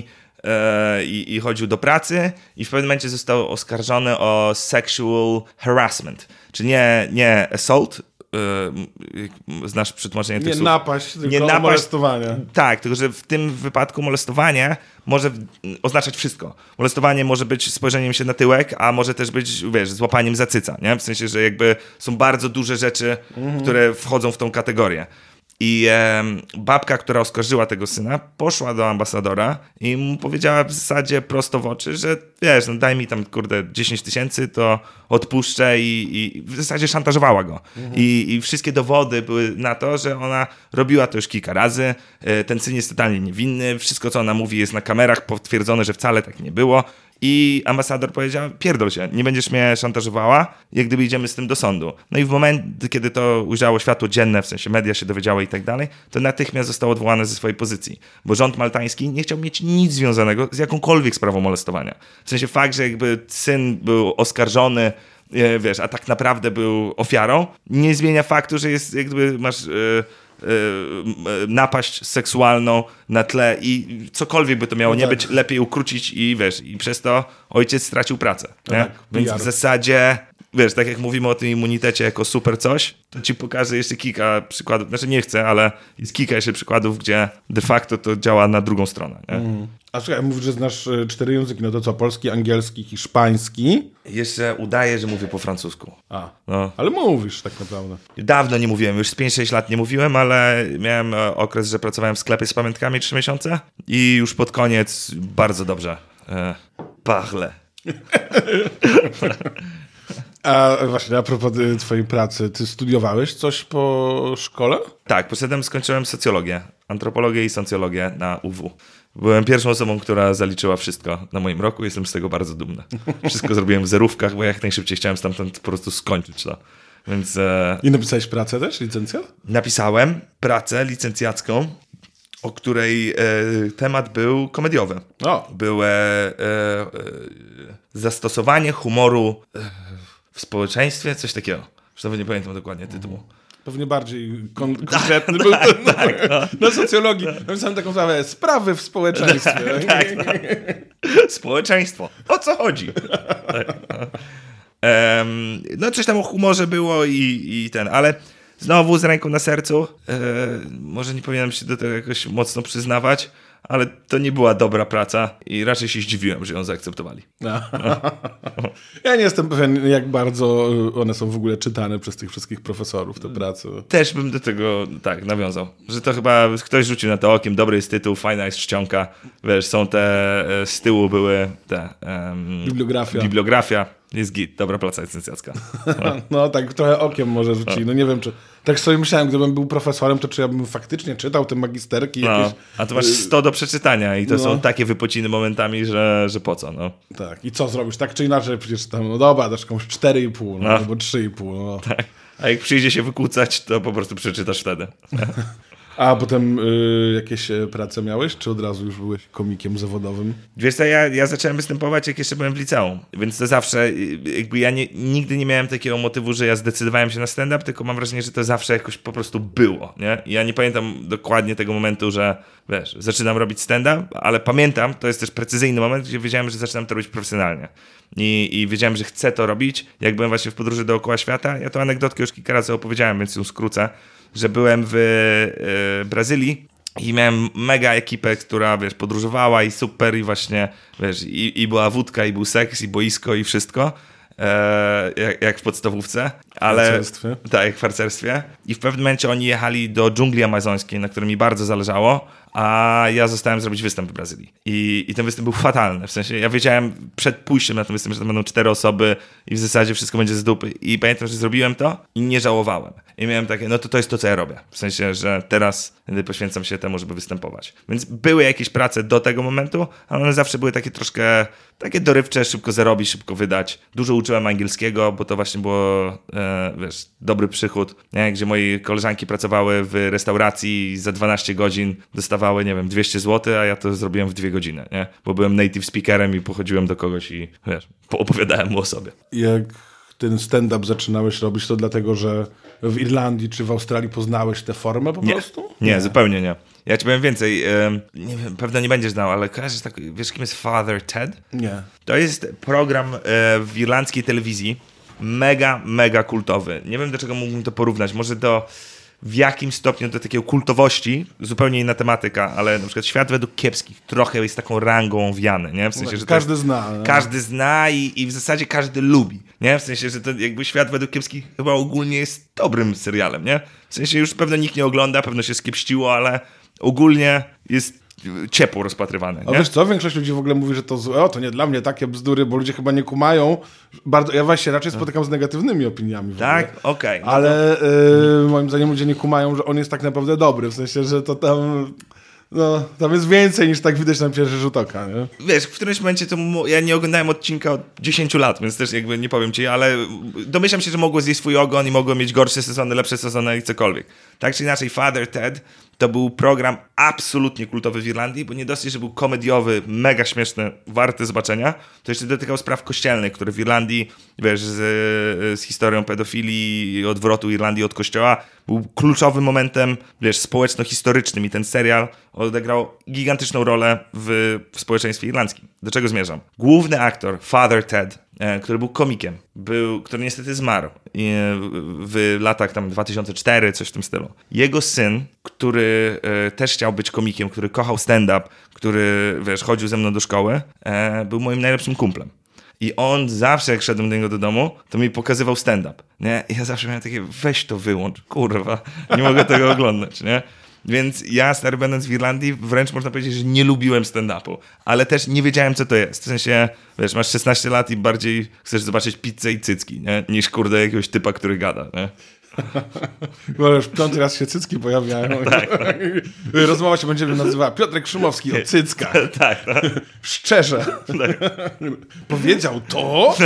e, i, i chodził do pracy i w pewnym momencie został oskarżony o sexual harassment, czyli nie, nie assault, znasz przetłumaczenie tych
nie
słów?
Napaść, tylko
nie napaść,
molestowanie.
Tak, tylko że w tym wypadku molestowanie może oznaczać wszystko. Molestowanie może być spojrzeniem się na tyłek, a może też być, wiesz, złapaniem za cyca, nie? W sensie, że jakby są bardzo duże rzeczy, mhm. które wchodzą w tą kategorię. I e, babka, która oskarżyła tego syna, poszła do ambasadora i mu powiedziała w zasadzie prosto w oczy, że wiesz, no daj mi tam, kurde, dziesięć tysięcy, to odpuszczę i, i w zasadzie szantażowała go. Mhm. I, I wszystkie dowody były na to, że ona robiła to już kilka razy, e, ten syn jest totalnie niewinny, wszystko co ona mówi jest na kamerach potwierdzone, że wcale tak nie było. I ambasador powiedział, pierdol się, nie będziesz mnie szantażowała, jak gdyby idziemy z tym do sądu. No i w momencie, kiedy to ujrzało światło dzienne, w sensie media się dowiedziały i tak dalej, to natychmiast został odwołany ze swojej pozycji. Bo rząd maltański nie chciał mieć nic związanego z jakąkolwiek sprawą molestowania. W sensie fakt, że jakby syn był oskarżony, wiesz, a tak naprawdę był ofiarą, nie zmienia faktu, że jest, jakby masz... Yy, napaść seksualną na tle i cokolwiek by to miało no nie tak. być, lepiej ukrócić i wiesz, i przez to ojciec stracił pracę. Nie?
Tak,
Więc w zasadzie, wiesz, tak jak mówimy o tym immunitecie jako super coś, to ci pokażę jeszcze kilka przykładów, znaczy nie chcę, ale jest kilka jeszcze przykładów, gdzie de facto to działa na drugą stronę. Nie? Mm.
A słuchaj, mówisz, że znasz cztery języki, no to co, polski, angielski, hiszpański?
Jeszcze udaję, że mówię po francusku.
A,
no.
ale mówisz tak naprawdę.
Dawno nie mówiłem, już z pięć sześć lat nie mówiłem, ale miałem okres, że pracowałem w sklepie z pamiątkami trzy miesiące i już pod koniec bardzo dobrze. parle.
A właśnie, a propos twojej pracy, ty studiowałeś coś po szkole?
Tak, poszedłem, skończyłem socjologię, antropologię i socjologię na U W. Byłem pierwszą osobą, która zaliczyła wszystko na moim roku. Jestem z tego bardzo dumny. Wszystko zrobiłem w zerówkach, bo jak najszybciej chciałem stamtąd po prostu skończyć to. Więc e...
I napisałeś pracę też, licencjat?
napisałem pracę licencjacką, o której e, temat był komediowy.
O.
Było e, e, zastosowanie humoru e, w społeczeństwie, coś takiego. Zresztą nie pamiętam dokładnie tytułu.
Pewnie bardziej kon- konkretny był
tak,
ten,
tak, no.
Na socjologii. Napisałem taką sprawę, sprawy w społeczeństwie.
tak, no. Społeczeństwo. O co chodzi? tak, no. Um, no coś tam o humorze było i, i ten, ale znowu z ręką na sercu, e, może nie powinienem się do tego jakoś mocno przyznawać, ale to nie była dobra praca i raczej się zdziwiłem, że ją zaakceptowali.
No. Ja nie jestem pewien, jak bardzo one są w ogóle czytane przez tych wszystkich profesorów, te prace.
Też bym do tego tak nawiązał, że to chyba ktoś rzucił na to okiem, dobry jest tytuł, fajna jest czcionka, wiesz, są te, z tyłu były te... Um,
Bibliografia.
Bibliografia, jest git, dobra praca licencjacka. No.
No tak, trochę okiem może rzucili, no nie wiem, czy... Tak sobie myślałem, gdybym był profesorem, to czy ja bym faktycznie czytał te magisterki
No,
jakieś...
a tu masz sto do przeczytania i to
No.
są takie wypociny momentami, że, że po co, no.
Tak, i co zrobisz? Tak czy inaczej, przecież tam, no dobra, dasz komuś cztery i pół, no,
No.
albo trzy i pół, no.
Tak. A jak przyjdzie się wykłócać, to po prostu przeczytasz wtedy.
A potem y, jakieś e, prace miałeś, czy od razu już byłeś komikiem zawodowym?
Wiesz co, ja, ja zacząłem występować, jak jeszcze byłem w liceum, więc to zawsze, jakby ja nie, nigdy nie miałem takiego motywu, że ja zdecydowałem się na stand-up, tylko mam wrażenie, że to zawsze jakoś po prostu było, nie? I ja nie pamiętam dokładnie tego momentu, że wiesz, zaczynam robić stand-up, ale pamiętam, to jest też precyzyjny moment, gdzie wiedziałem, że zaczynam to robić profesjonalnie. I, I wiedziałem, że chcę to robić. Jak byłem właśnie w podróży dookoła świata, ja tą anegdotkę już kilka razy opowiedziałem, więc ją skrócę, że byłem w y, Brazylii i miałem mega ekipę, która, wiesz, podróżowała i super i właśnie, wiesz, i, i była wódka, i był seks, i boisko, i wszystko, e, jak, jak w podstawówce. Ale,
W harcerstwie.
tak, jak w harcerstwie. I w pewnym momencie oni jechali do dżungli amazońskiej, na której mi bardzo zależało, a ja zostałem zrobić występ w Brazylii. I, I ten występ był fatalny. W sensie ja wiedziałem przed pójściem na ten występ, że tam będą cztery osoby i w zasadzie wszystko będzie z dupy. I pamiętam, że zrobiłem to i nie żałowałem. I miałem takie, no to to jest to, co ja robię. W sensie, że teraz poświęcam się temu, żeby występować. Więc były jakieś prace do tego momentu, ale one zawsze były takie troszkę, takie dorywcze, szybko zarobić, szybko wydać. Dużo uczyłem angielskiego, bo to właśnie było, e, wiesz, dobry przychód. Nie? Gdzie moje koleżanki pracowały w restauracji i za dwanaście godzin dostawały, nie wiem, dwieście złotych, a ja to zrobiłem w dwie godziny, nie? Bo byłem native speakerem i pochodziłem do kogoś i, wiesz, opowiadałem mu o sobie.
Jak ten stand-up zaczynałeś robić, to dlatego, że w Irlandii czy w Australii poznałeś tę formę po
Nie,
prostu?
nie, nie, zupełnie nie. Ja ci powiem więcej, e, nie wiem, pewno nie będziesz znał, ale kojarzysz tak, wiesz kim jest Father Ted?
Nie.
To jest program e, w irlandzkiej telewizji, mega, mega kultowy. Nie wiem, do czego mógłbym to porównać. Może do w jakim stopniu do takiej kultowości, zupełnie inna tematyka, ale na przykład Świat według kiepskich trochę jest taką rangą owiany, nie? W sensie,
No,
że
każdy
to jest,
zna. No.
Każdy zna i, i w zasadzie każdy lubi, nie? W sensie, że to jakby Świat według kiepskich chyba ogólnie jest dobrym serialem, nie? W sensie już pewno nikt nie ogląda, pewno się skiepściło, ale ogólnie jest ciepło rozpatrywane.
A
nie?
wiesz co, większość ludzi w ogóle mówi, że to złe, o, to nie dla mnie takie bzdury, bo ludzie chyba nie kumają. Bardzo, ja właśnie raczej spotykam z negatywnymi opiniami. W
Tak?
ogóle.
Okej. Okay. No
Ale y, moim zdaniem ludzie nie kumają, że on jest tak naprawdę dobry, w sensie, że to tam... No, tam jest więcej niż tak widać na pierwszy rzut oka, nie?
Wiesz, w którymś momencie to mu- ja nie oglądałem odcinka od dziesięciu lat, więc też jakby nie powiem ci, ale domyślam się, że mogło zjeść swój ogon i mogło mieć gorsze sezony, lepsze sezony i cokolwiek. Tak czy inaczej, Father Ted to był program absolutnie kultowy w Irlandii, bo nie dosyć, że był komediowy, mega śmieszny, warty zobaczenia, to jeszcze dotykał spraw kościelnych, które w Irlandii, wiesz, z, z historią pedofilii i odwrotu Irlandii od kościoła, był kluczowym momentem, wiesz, społeczno-historycznym i ten serial odegrał gigantyczną rolę w, w społeczeństwie irlandzkim. Do czego zmierzam? Główny aktor, Father Ted, e, który był komikiem, był, który niestety zmarł e, w, w latach tam dwa tysiące czwartym, coś w tym stylu. Jego syn, który e, też chciał być komikiem, który kochał stand-up, który, wiesz, chodził ze mną do szkoły, e, był moim najlepszym kumplem. I on zawsze, jak szedłem do niego do domu, to mi pokazywał stand-up, nie? I ja zawsze miałem takie, weź to wyłącz, kurwa, nie mogę tego oglądać, nie? Więc ja, stary, będąc w Irlandii, wręcz można powiedzieć, że nie lubiłem stand-upu, ale też nie wiedziałem, co to jest. W sensie, wiesz, masz szesnaście lat i bardziej chcesz zobaczyć pizzę i cycki, nie? Niż, kurde, jakiegoś typa, który gada, nie?
Bo już piąty raz się cycki pojawiają. Tak, tak. Rozmowa się będzie nazywała Piotrek Szumowski o cyckach.
Tak, tak.
Szczerze. Tak. Powiedział to?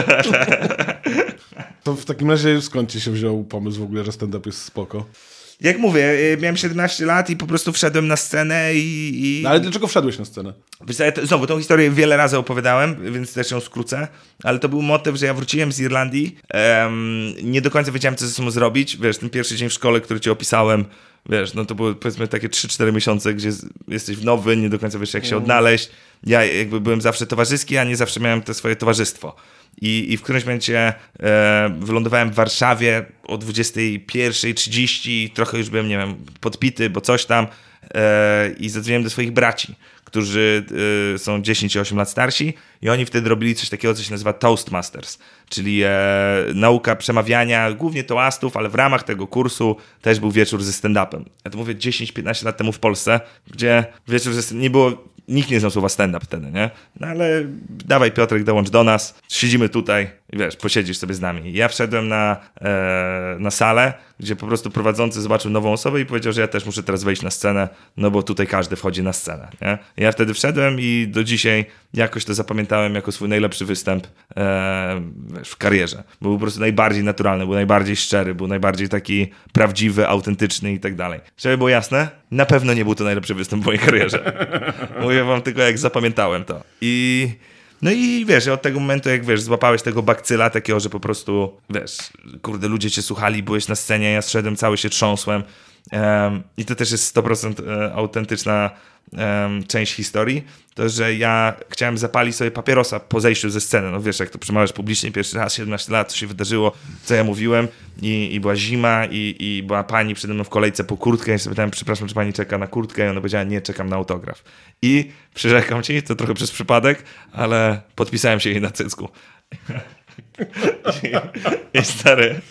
To w takim razie skąd ci się wziął pomysł w ogóle, że stand-up jest spoko?
Jak mówię, miałem siedemnaście lat i po prostu wszedłem na scenę i... i...
No ale dlaczego wszedłeś na scenę?
Znowu, tą historię wiele razy opowiadałem, więc też ją skrócę, ale to był motyw, że ja wróciłem z Irlandii, um, nie do końca wiedziałem, co ze sobą zrobić. Wiesz, ten pierwszy dzień w szkole, który ci opisałem, wiesz, no to były powiedzmy takie trzy cztery miesiące, gdzie jesteś nowy, nie do końca wiesz, jak się odnaleźć. Ja jakby byłem zawsze towarzyski, a nie zawsze miałem to swoje towarzystwo. I, i w którymś momencie e, wylądowałem w Warszawie o dwudziestej pierwszej trzydzieści, trochę już byłem, nie wiem, podpity, bo coś tam e, i zadzwoniłem do swoich braci, którzy e, są dziesięć czy osiem lat starsi i oni wtedy robili coś takiego, co się nazywa Toastmasters, czyli e, nauka przemawiania, głównie toastów, ale w ramach tego kursu też był wieczór ze stand-upem. Ja to mówię dziesięć piętnaście lat temu w Polsce, gdzie wieczór ze stand-upem nie było... Nikt nie znał słowa stand-up wtedy, nie? No ale dawaj Piotrek, dołącz do nas, siedzimy tutaj i wiesz, posiedzisz sobie z nami. I ja wszedłem na, e, na salę, gdzie po prostu prowadzący zobaczył nową osobę i powiedział, że ja też muszę teraz wejść na scenę, no bo tutaj każdy wchodzi na scenę, nie? I ja wtedy wszedłem i do dzisiaj jakoś to zapamiętałem jako swój najlepszy występ e, wiesz, w karierze. Był po prostu najbardziej naturalny, był najbardziej szczery, był najbardziej taki prawdziwy, autentyczny i tak dalej. Żeby było jasne, na pewno nie był to najlepszy występ w mojej karierze. Mówię wam tylko, jak zapamiętałem to. I... No i wiesz, od tego momentu, jak wiesz, złapałeś tego bakcyla takiego, że po prostu, wiesz, kurde, ludzie cię słuchali, byłeś na scenie, ja zszedłem, cały się trząsłem. Um, I to też jest sto procent autentyczna um, część historii, to, że ja chciałem zapalić sobie papierosa po zejściu ze sceny. No wiesz, jak to przemawiasz publicznie pierwszy raz, siedemnaście lat, co się wydarzyło, co ja mówiłem i, i była zima i, i była pani przede mną w kolejce po kurtkę i sobie pytałem, przepraszam, czy pani czeka na kurtkę? I ona powiedziała, nie, czekam na autograf. I przyrzekam ci, to trochę przez przypadek, ale podpisałem się jej na cycku. I, i stary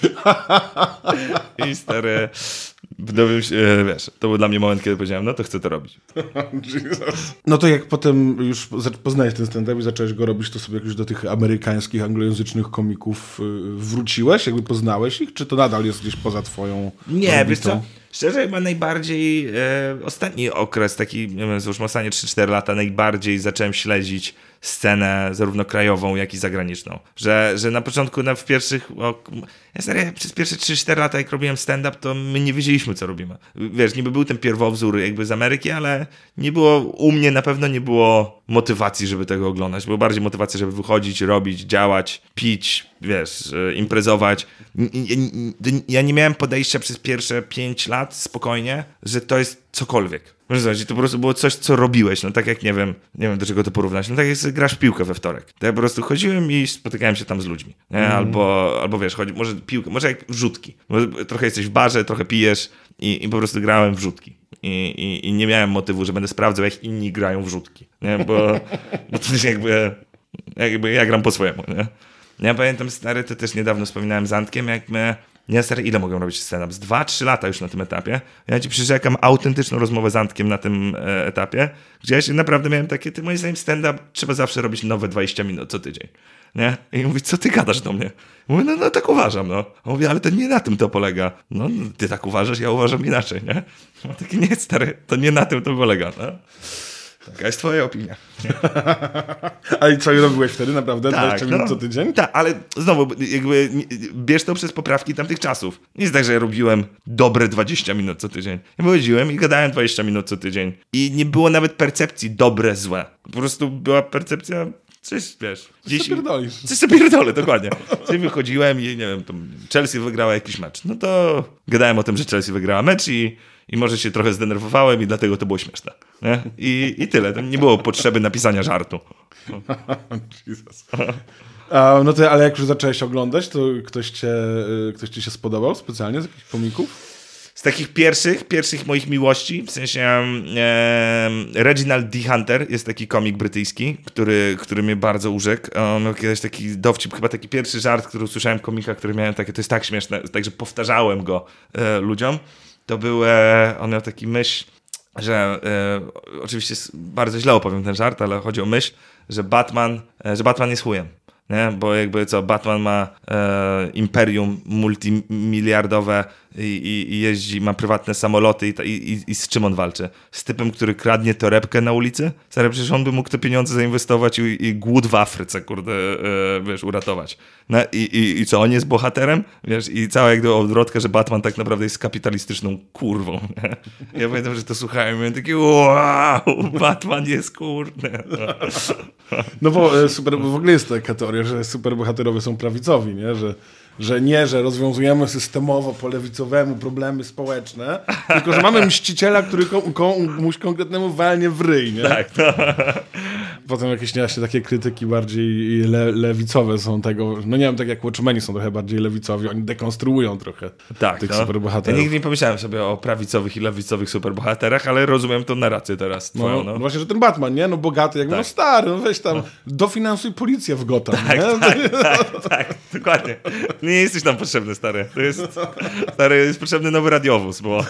i stary wdowił się, wiesz, to był dla mnie moment, kiedy powiedziałem, no to chcę to robić.
Jesus. No to jak potem już poznałeś ten stand-up i zacząłeś go robić, to sobie jakoś do tych amerykańskich, anglojęzycznych komików wróciłeś? Jakby poznałeś ich? Czy to nadal jest gdzieś poza twoją
Nie,
orbitą?
wiesz co? Szczerze, chyba najbardziej e, ostatni okres, taki, nie wiem, załóżmy ostatnie trzy cztery lata, najbardziej zacząłem śledzić scenę zarówno krajową, jak i zagraniczną. Że, że na początku, na, w pierwszych, o, ja serio, przez pierwsze trzy cztery lata, jak robiłem stand-up, to my nie wiedzieliśmy, co robimy. Wiesz, niby był ten pierwowzór jakby z Ameryki, ale nie było, u mnie na pewno nie było motywacji, żeby tego oglądać. Było bardziej motywacja, żeby wychodzić, robić, działać, pić, wiesz, imprezować. Ja nie miałem podejścia przez pierwsze pięć lat spokojnie, że to jest cokolwiek. Może to po prostu było coś, co robiłeś, no tak jak, nie wiem, nie wiem do czego to porównać, no tak jak grasz w piłkę we wtorek. To ja po prostu chodziłem i spotykałem się tam z ludźmi, nie? Mm. Albo, albo wiesz, chodzi, może piłkę, może jak rzutki. Może trochę jesteś w barze, trochę pijesz i, i po prostu grałem w rzutki. I, i, I nie miałem motywu, że będę sprawdzał, jak inni grają w rzutki, nie? Bo, bo to jest jakby, jakby ja gram po swojemu, nie? Ja pamiętam, stary, to też niedawno wspominałem z Antkiem, jak my... Nie, stary, ile mogłem robić stand-up? Z dwa trzy lata już na tym etapie. Ja ci przyrzekam autentyczną rozmowę z Antkiem na tym e, etapie, gdzie ja się naprawdę miałem takie, ty moim zdaniem stand-up trzeba zawsze robić nowe dwadzieścia minut co tydzień. Nie? I mówi, co ty gadasz do mnie? Mówię, no, no tak uważam, no. On mówi, ale to nie na tym to polega. No, ty tak uważasz, ja uważam inaczej, nie? No, taki nie, stary, to nie na tym to polega, no. Taka jest twoja opinia.
Ale co robiłeś wtedy naprawdę?
Tak,
dwadzieścia minut
no,
co tydzień?
Tak, ale znowu jakby bierz to przez poprawki tamtych czasów. Nie jest tak, że ja robiłem dobre dwadzieścia minut co tydzień. Ja wychodziłem i gadałem dwadzieścia minut co tydzień. I nie było nawet percepcji dobre, złe. Po prostu była percepcja... Coś, wiesz...
Coś sobie pierdolisz.
Coś sobie pierdolę, dokładnie. Czyli wychodziłem i, nie wiem, to Chelsea wygrała jakiś mecz. No to gadałem o tym, że Chelsea wygrała mecz i, i może się trochę zdenerwowałem i dlatego to było śmieszne. Nie? I, I tyle. To nie było potrzeby napisania żartu.
Jesus. A, no to, ale jak już zacząłeś oglądać, to ktoś, cię, ktoś ci się spodobał specjalnie z jakichś komików?
Z takich pierwszych, pierwszych moich miłości, w sensie e, Reginald D. Hunter jest taki komik brytyjski, który, który mnie bardzo urzekł. On miał kiedyś taki dowcip, chyba taki pierwszy żart, który usłyszałem komika, który miałem takie, to jest tak śmieszne, także powtarzałem go e, ludziom. To był, e, on miał taki myśl, że e, oczywiście bardzo źle opowiem ten żart, ale chodzi o myśl, że Batman, e, że Batman jest chujem. Nie? Bo jakby co, Batman ma e, imperium multimiliardowe i, i, i jeździ, ma prywatne samoloty i, i, i z czym on walczy? Z typem, który kradnie torebkę na ulicy? Stary, przecież on by mógł te pieniądze zainwestować i, i głód w Afryce, kurde, e, wiesz, uratować. No, i, i, I co, on jest bohaterem? Wiesz, i cała jakby odwrotka, że Batman tak naprawdę jest kapitalistyczną kurwą. Nie? Ja pamiętam, że to słuchałem i miałem taki wow, Batman jest kurde.
No bo e, super, bo w ogóle jest taka teoria, że superbohaterowie są prawicowi, nie? Że, że nie, że rozwiązujemy systemowo po lewicowemu problemy społeczne, tylko że mamy mściciela, który komuś konkretnemu walnie w ryj, nie?
Tak, no.
Potem jakieś właśnie takie krytyki bardziej le, lewicowe są tego, no nie wiem, tak jak Watchmeni są trochę bardziej lewicowi, oni dekonstruują trochę
tak,
tych
no.
superbohaterów.
Ja nigdy nie pomyślałem sobie o prawicowych i lewicowych superbohaterach, ale rozumiem tą narrację teraz twoją,
No,
no.
no właśnie, że ten Batman, nie? No bogaty, jakby
Tak.
no stary, no weź tam, no. dofinansuj policję w Gotham,
Tak,
nie?
tak, tak, tak, dokładnie. Nie jesteś tam potrzebny, stary. To jest, stary, jest potrzebny nowy radiowóz, bo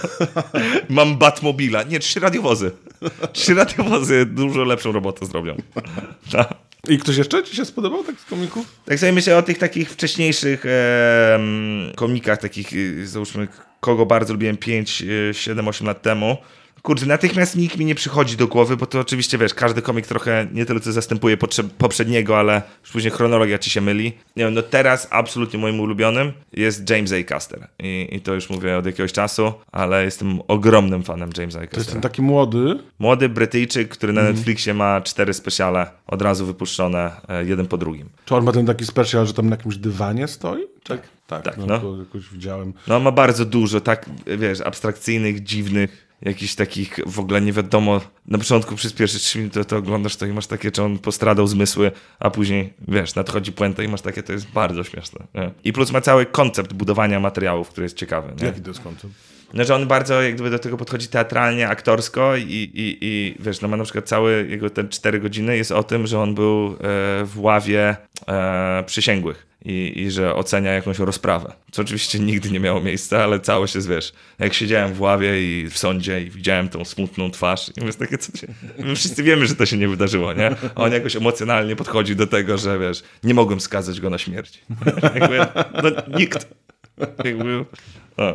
mam Batmobila. Nie, trzy radiowozy. Trzy radiowozy dużo lepszą robotę zrobią. No.
I ktoś jeszcze ci się spodobał tak z komików?
Tak sobie myślę o tych takich wcześniejszych e, komikach, takich, załóżmy, kogo bardzo lubiłem pięć, siedem, osiem lat temu. Kurczę, natychmiast nikt mi nie przychodzi do głowy, bo to oczywiście, wiesz, każdy komik trochę nie tyle co zastępuje poprzedniego, ale już później chronologia ci się myli. Nie wiem, no teraz absolutnie moim ulubionym jest James A. Caster. I, i to już mówię od jakiegoś czasu, ale jestem ogromnym fanem Jamesa A. Castera.
To jest ten taki młody.
Młody Brytyjczyk, który na Netflixie ma cztery specjale od razu wypuszczone, jeden po drugim.
Czy on ma ten taki specjal, że tam na jakimś dywanie stoi? Tak, tak,
tak
no,
no.
To jakoś widziałem.
No ma bardzo dużo tak, wiesz, abstrakcyjnych, dziwnych, jakichś takich w ogóle nie wiadomo, na początku przez pierwsze trzy minuty to oglądasz to i masz takie, czy on postradał zmysły, a później, wiesz, nadchodzi puenta i masz takie, to jest bardzo śmieszne. Nie? I plus ma cały koncept budowania materiałów, który jest ciekawy. Nie?
Jaki to jest koncept?
No, że on bardzo jak gdyby do tego podchodzi teatralnie, aktorsko i, i, i wiesz, no ma na przykład całe jego te cztery godziny jest o tym, że on był e, w ławie e, przysięgłych. I, I że ocenia jakąś rozprawę. Co oczywiście nigdy nie miało miejsca, ale całość jest, wiesz, jak siedziałem w ławie i w sądzie i widziałem tą smutną twarz i mówię, takie, co się... My wszyscy wiemy, że to się nie wydarzyło, nie? A on jakoś emocjonalnie podchodzi do tego, że wiesz, nie mogłem skazać go na śmierć. Jakby, no nikt. Jakby, o.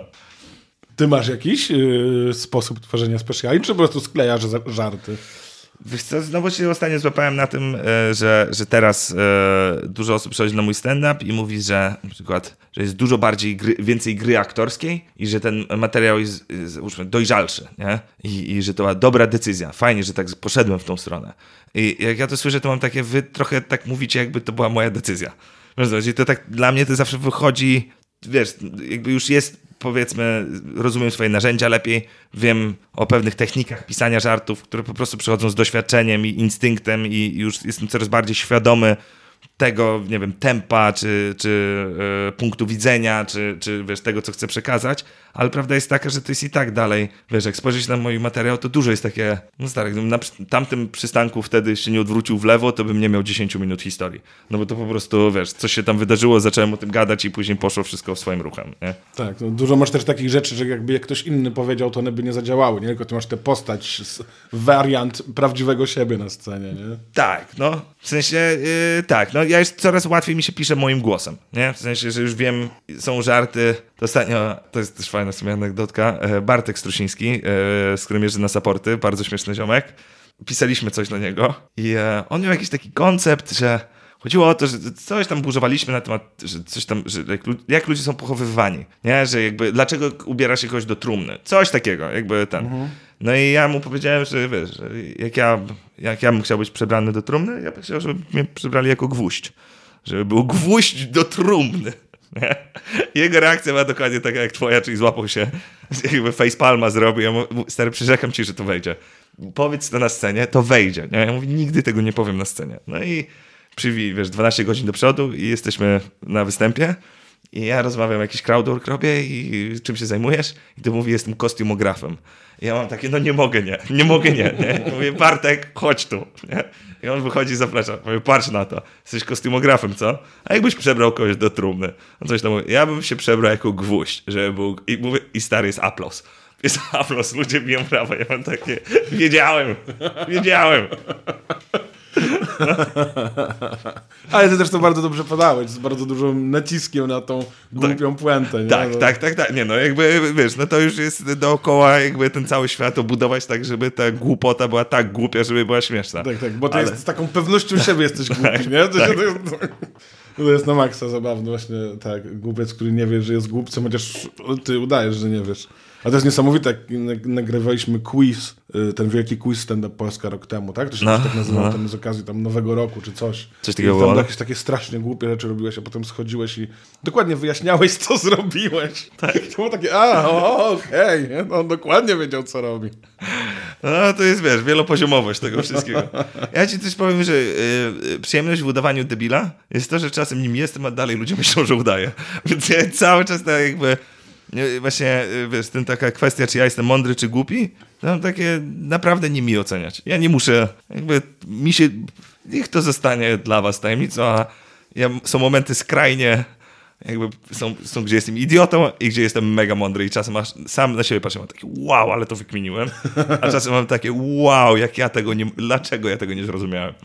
Ty masz jakiś yy, sposób tworzenia specjali, czy po prostu sklejasz żarty?
Wiesz co, znowu się ostatnio złapałem na tym, że, że teraz dużo osób przychodzi na mój stand-up i mówi, że na przykład, że jest dużo bardziej gry, więcej gry aktorskiej i że ten materiał jest, załóżmy, dojrzalszy, nie? I, i że to była dobra decyzja. Fajnie, że tak poszedłem w tą stronę. I jak ja to słyszę, to mam takie, wy trochę tak mówicie, jakby to była moja decyzja. Wiesz, to tak dla mnie to zawsze wychodzi, wiesz, jakby już jest, powiedzmy, rozumiem swoje narzędzia lepiej, wiem o pewnych technikach pisania żartów, które po prostu przychodzą z doświadczeniem i instynktem i już jestem coraz bardziej świadomy tego, nie wiem, tempa, czy, czy e, punktu widzenia, czy, czy wiesz, tego, co chcę przekazać, ale prawda jest taka, że to jest i tak dalej, wiesz, jak spojrzysz na mój materiał, to dużo jest takie, no stary, gdybym na tamtym przystanku wtedy się nie odwrócił w lewo, to bym nie miał dziesięć minut historii, no bo to po prostu, wiesz, coś się tam wydarzyło, zacząłem o tym gadać i później poszło wszystko swoim ruchem, nie?
Tak, no dużo masz też takich rzeczy, że jakby jak ktoś inny powiedział, to one by nie zadziałały, nie? Tylko ty masz tę postać, wariant prawdziwego siebie na scenie, nie?
Tak, no, w sensie, yy, tak, no ja już coraz łatwiej mi się pisze moim głosem, nie? W sensie, że już wiem, są żarty, to ostatnio, to jest też fajna sobie anegdotka, Bartek Strusiński, yy, z którym jeżdżę na supporty, bardzo śmieszny ziomek, pisaliśmy coś dla niego i yy, on miał jakiś taki koncept, że chodziło o to, że coś tam burzowaliśmy na temat, że coś tam, że jak, jak ludzie są pochowywani, nie? Że jakby, dlaczego ubiera się kogoś do trumny, coś takiego, jakby ten... Mhm. No i ja mu powiedziałem, że wiesz, że jak ja, jak ja bym chciał być przebrany do trumny, ja bym chciał, żeby mnie przebrali jako gwóźdź. Żeby był gwóźdź do trumny. Nie? Jego reakcja była dokładnie taka jak twoja, czyli złapał się, jakby facepalma zrobił. Ja mu, stary, przyrzekam ci, że to wejdzie. Powiedz to na scenie, to wejdzie. Nie? Ja mówię, nigdy tego nie powiem na scenie. No i przywij, wiesz, dwanaście godzin do przodu i jesteśmy na występie. I ja rozmawiam, jakiś crowdwork robię i czym się zajmujesz? I to mówi, jestem kostiumografem. I ja mam takie, no nie mogę, nie, nie mogę, nie. nie. Mówię, Bartek, chodź tu. Nie? I on wychodzi i zaplecza. Mówię, patrz na to, jesteś kostiumografem, co? A jakbyś przebrał kogoś do trumny? On coś tam mówi, ja bym się przebrał jako gwóźdź, żeby był... I, mówię, i stary jest aplauz. jest haplos, ludzie biją brawo. Ja mam takie, wiedziałem, wiedziałem.
Ale ty też to bardzo dobrze podałeś, z bardzo dużym naciskiem na tą głupią tak, puentę. Nie?
Tak,
no.
tak, tak, tak. Nie no, jakby, wiesz, no to już jest dookoła jakby ten cały świat obudować tak, żeby ta głupota była tak głupia, żeby była śmieszna.
Tak, tak, bo ty
Ale...
jest, z taką pewnością siebie jesteś głupi,
tak,
nie? To,
tak.
to, jest, to jest na maksa zabawne właśnie, tak, głupiec, który nie wie, że jest głupcem, chociaż ty udajesz, że nie wiesz. A to jest niesamowite, jak nagrywaliśmy quiz, ten wielki quiz stand-up Polska rok temu, tak? To się
no,
tak nazywało
no.
tam z okazji tam Nowego Roku czy coś.
Coś takiego
I tam
było.
jakieś takie strasznie głupie rzeczy robiłeś, a potem schodziłeś i dokładnie wyjaśniałeś, co zrobiłeś.
Tak.
To było takie, a, okej, okay. No, on dokładnie wiedział, co robi.
No to jest, wiesz, wielopoziomowość tego wszystkiego. Ja ci też powiem, że yy, przyjemność w udawaniu debila jest to, że czasem nim jestem, a dalej ludzie myślą, że udaję. Więc ja cały czas tak jakby... Właśnie, wiesz, ten taka kwestia, czy ja jestem mądry, czy głupi, to mam takie naprawdę nie mi oceniać. Ja nie muszę, jakby mi się, niech to zostanie dla was tajemnicą, a ja, są momenty skrajnie, jakby są, są, gdzie jestem idiotą i gdzie jestem mega mądry i czasem aż sam na siebie patrzę, mam takie wow, ale to wykminiłem, a czasem mam takie wow, jak ja tego nie, dlaczego ja tego nie zrozumiałem.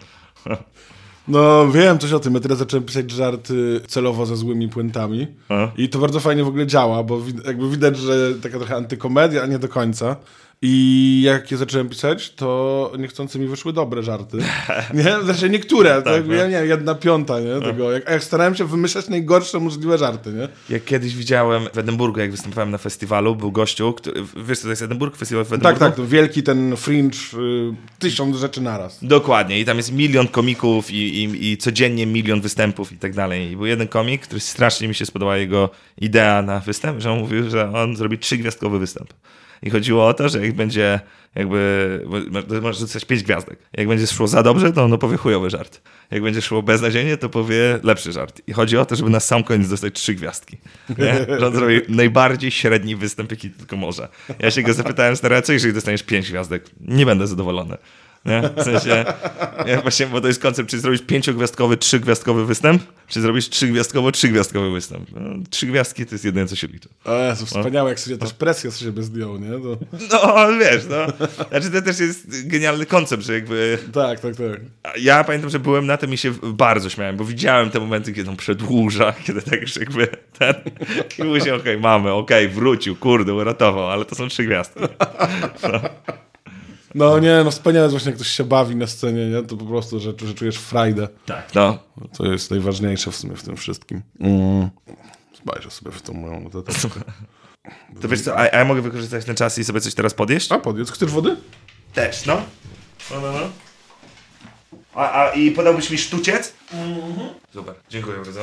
No wiem coś o tym, ja teraz zacząłem pisać żarty celowo ze złymi puentami
A?
i to bardzo fajnie w ogóle działa, bo wi- jakby widać, że taka trochę antykomedia, a nie do końca. I jak je zacząłem pisać, to niechcący mi wyszły dobre żarty. Nie? Znaczy niektóre, tak, to jakby, ja nie wiem, jedna piąta, nie? Tego, jak, jak starałem się wymyślać najgorsze możliwe żarty, nie?
Jak kiedyś widziałem w Edynburgu, jak występowałem na festiwalu, był gościu, który, wiesz co to jest Edynburg? Festiwal w Edynburgu?
Tak, tak, to wielki ten fringe, y, tysiąc rzeczy naraz.
Dokładnie i tam jest milion komików i, i, i codziennie milion występów i tak dalej. I był jeden komik, który strasznie mi się spodobała jego idea na występ, że on mówił, że on zrobi trzygwiazdkowy występ. I chodziło o to, że jak będzie jakby, może rzucać pięć gwiazdek. Jak będzie szło za dobrze, to on opowie chujowy żart. Jak będzie szło beznadziejnie, to powie lepszy żart. I chodzi o to, żeby na sam koniec dostać trzy gwiazdki. Nie? Że on zrobi najbardziej średni występ, jaki tylko może. Ja się go zapytałem, stary, co jeżeli dostaniesz pięć gwiazdek? Nie będę zadowolony. Nie? W sensie, ja właśnie, bo to jest koncept, czy zrobisz pięciogwiazdkowy, trzygwiazdkowy występ, czy zrobisz trzygwiazdkowo, trzygwiazdkowy występ. No, trzy gwiazdki to jest jedyne, co się liczy.
O Jezu, wspaniałe, jak sobie też presję z siebie zdjął, nie? To...
No, wiesz, no. Znaczy, to też jest genialny koncept, że jakby...
Tak, tak, tak.
Ja pamiętam, że byłem na tym i się bardzo śmiałem, bo widziałem te momenty, kiedy on przedłuża, kiedy tak już jakby ten... I mówię się, okej, okay, mamy, okej, okay, wrócił, kurde, uratował, ale to są trzy gwiazdki. No.
No nie, no wspaniale jest właśnie, jak ktoś się bawi na scenie, nie? To po prostu, że, że czujesz frajdę.
Tak. No.
To jest najważniejsze w sumie w tym wszystkim. Mm. Zbajrzę sobie w tą moją notatkę.
To wiesz co, a, a ja mogę wykorzystać ten czas i sobie coś teraz podjeść?
A, podjedz. Chcesz wody?
Też, no. No, no, no. A, a i podałbyś mi sztuciec? Mhm. Super, dziękuję bardzo.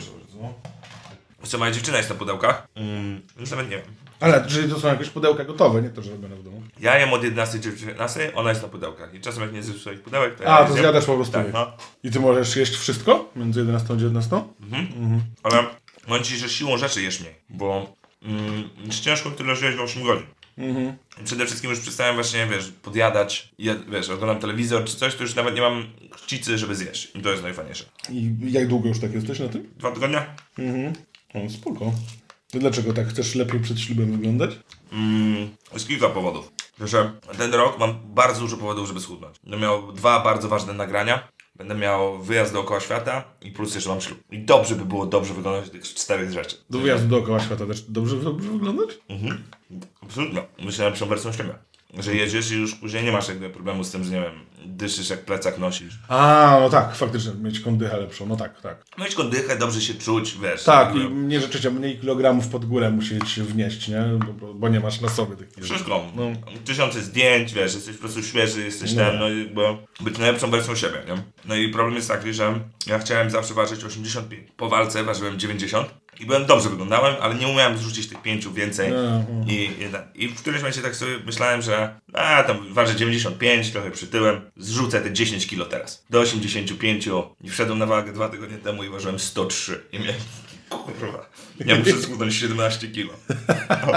Co, moja dziewczyna jest na pudełkach? Mm, już nawet nie wiem.
Ale, czyli to są jakieś pudełka gotowe, nie to, że robione w domu.
Ja jem od jedenastej do dziewiętnastej, ona jest na pudełkach. I czasem jak nie zjesz swoich pudełek, to ja
A,
je
to
zjem.
zjadasz po prostu.
Tak, no.
I ty możesz jeść wszystko między jedenastą a dziewiętnastą?
Mhm. Mhm. Ale mam ci, że siłą rzeczy jesz mniej, bo mm, jest ciężko tyle żyć w osiem godzin.
Mhm.
I przede wszystkim już przestałem właśnie, wiesz, podjadać, ja, wiesz, oglądam telewizor czy coś, to już nawet nie mam chcicy, żeby zjeść. I to jest najfajniejsze.
I jak długo już tak jesteś na tym?
Dwa tygodnie?
Mhm. O, spoko. To dlaczego tak chcesz lepiej przed ślubem wyglądać?
Mm, jest kilka powodów. Że ten rok mam bardzo dużo powodów, żeby schudnąć. Będę miał dwa bardzo ważne nagrania. Będę miał wyjazd dookoła świata i plus jeszcze mam ślub. I dobrze by było dobrze wyglądać tych czterech rzeczy.
Do wyjazdu dookoła świata też dobrze, dobrze wyglądać?
Mhm. Absolutnie. Myślę lepszą wersją siebie. Że jedziesz i już później nie masz jakby problemu z tym, że nie wiem, dyszysz jak plecak nosisz.
A, no tak, faktycznie, mieć kondychę lepszą, no tak, tak.
Mieć kondychę, dobrze się czuć, wiesz.
Tak,
jakby...
i nie rzeczywiście mniej kilogramów pod górę musieć się wnieść, nie? Bo, bo nie masz na sobie takich...
Wszystko.
No.
Tysiące zdjęć, wiesz, jesteś po prostu świeży, jesteś
No.
ten, no i bo być najlepszą wersją siebie, nie? No i problem jest taki, że ja chciałem zawsze ważyć osiemdziesiąt pięć. Po walce ważyłem dziewięćdziesiąt i byłem dobrze wyglądałem, ale nie umiałem zrzucić tych pięciu więcej.
No, no.
I, i, I w którymś momencie tak sobie myślałem, że a tam ważę dziewięćdziesiąt pięć, trochę przytyłem, zrzucę te dziesięć kilo teraz. Do osiemdziesiąt pięć i wszedłem na wagę dwa tygodnie temu i ważyłem sto trzy. I miałem, kurwa, ja muszę schudnąć siedemnaście kilo. No.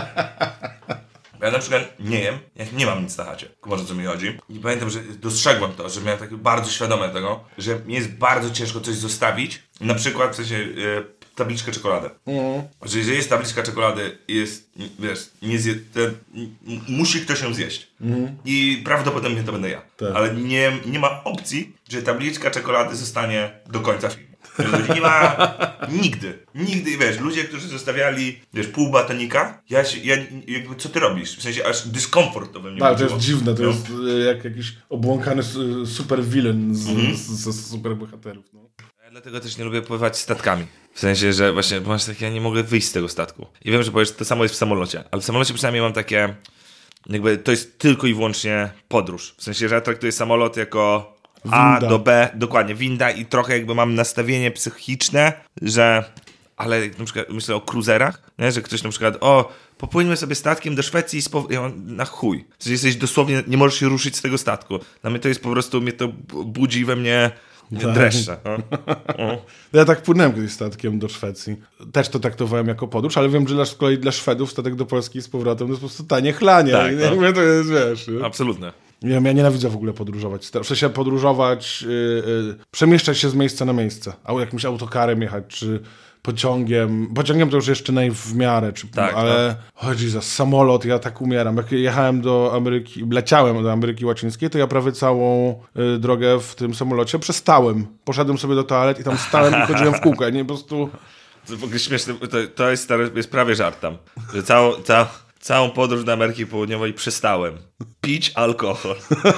Ja na przykład nie jem, jak nie mam nic na chacie. Może co mi chodzi. I pamiętam, że dostrzegłem to, że miałem takie bardzo świadome tego, że mi jest bardzo ciężko coś zostawić. Na przykład w sensie yy, tabliczkę czekolady. Mm. Że jeżeli jest tabliczka czekolady i jest, wiesz, nie zje, ten, m- musi ktoś ją zjeść. Mm. I prawdopodobnie to będę ja. Tak. Ale nie, nie ma opcji, że tabliczka czekolady zostanie do końca filmu. Nie ma nigdy, nigdy, wiesz, ludzie, którzy zostawiali, wiesz, pół batonika, ja, się, ja jakby, co ty robisz? W sensie aż dyskomfort to we mnie
tak, to jest
było.
dziwne, to
no.
jest jak jakiś obłąkany super villain z, mm-hmm. z, z, z super bohaterów. No.
Ja dlatego też nie lubię pływać statkami. W sensie, że właśnie masz takie, ja nie mogę wyjść z tego statku. I wiem, że powiesz, to samo jest w samolocie, ale w samolocie przynajmniej mam takie, jakby to jest tylko i wyłącznie podróż. W sensie, że ja traktuję samolot jako A winda. do B, dokładnie, winda i trochę jakby mam nastawienie psychiczne, że, ale na przykład myślę o cruiserach, nie? Że ktoś na przykład, o, popłyńmy sobie statkiem do Szwecji i spow... ja mam, na chuj. W sensie jesteś dosłownie, nie możesz się ruszyć z tego statku. Dla mnie to jest po prostu, mnie to budzi we mnie dreszcze. No.
Ja tak płynąłem kiedyś statkiem do Szwecji. Też to traktowałem jako podróż, ale wiem, że z kolei dla Szwedów statek do Polski z powrotem to jest po prostu tanie chlanie.
Tak,
no.
no.
To jest, wiesz... Nie?
Absolutnie.
Nie wiem, ja nienawidzę w ogóle podróżować. W sensie podróżować, yy, yy, przemieszczać się z miejsca na miejsce. Albo jakimś autokarem jechać, czy pociągiem. Pociągiem to już jeszcze naj w miarę, czy,
tak,
ale
no.
chodzi za samolot, ja tak umieram. Jak jechałem do Ameryki, leciałem do Ameryki Łacińskiej, to ja prawie całą y, drogę w tym samolocie przestałem. Poszedłem sobie do toalet i tam stałem i chodziłem w kółko. Nie, po prostu...
To w ogóle śmieszne, to, to jest, jest prawie żart tam. Że całą, całą, całą podróż do Ameryki Południowej przestałem pić alkohol.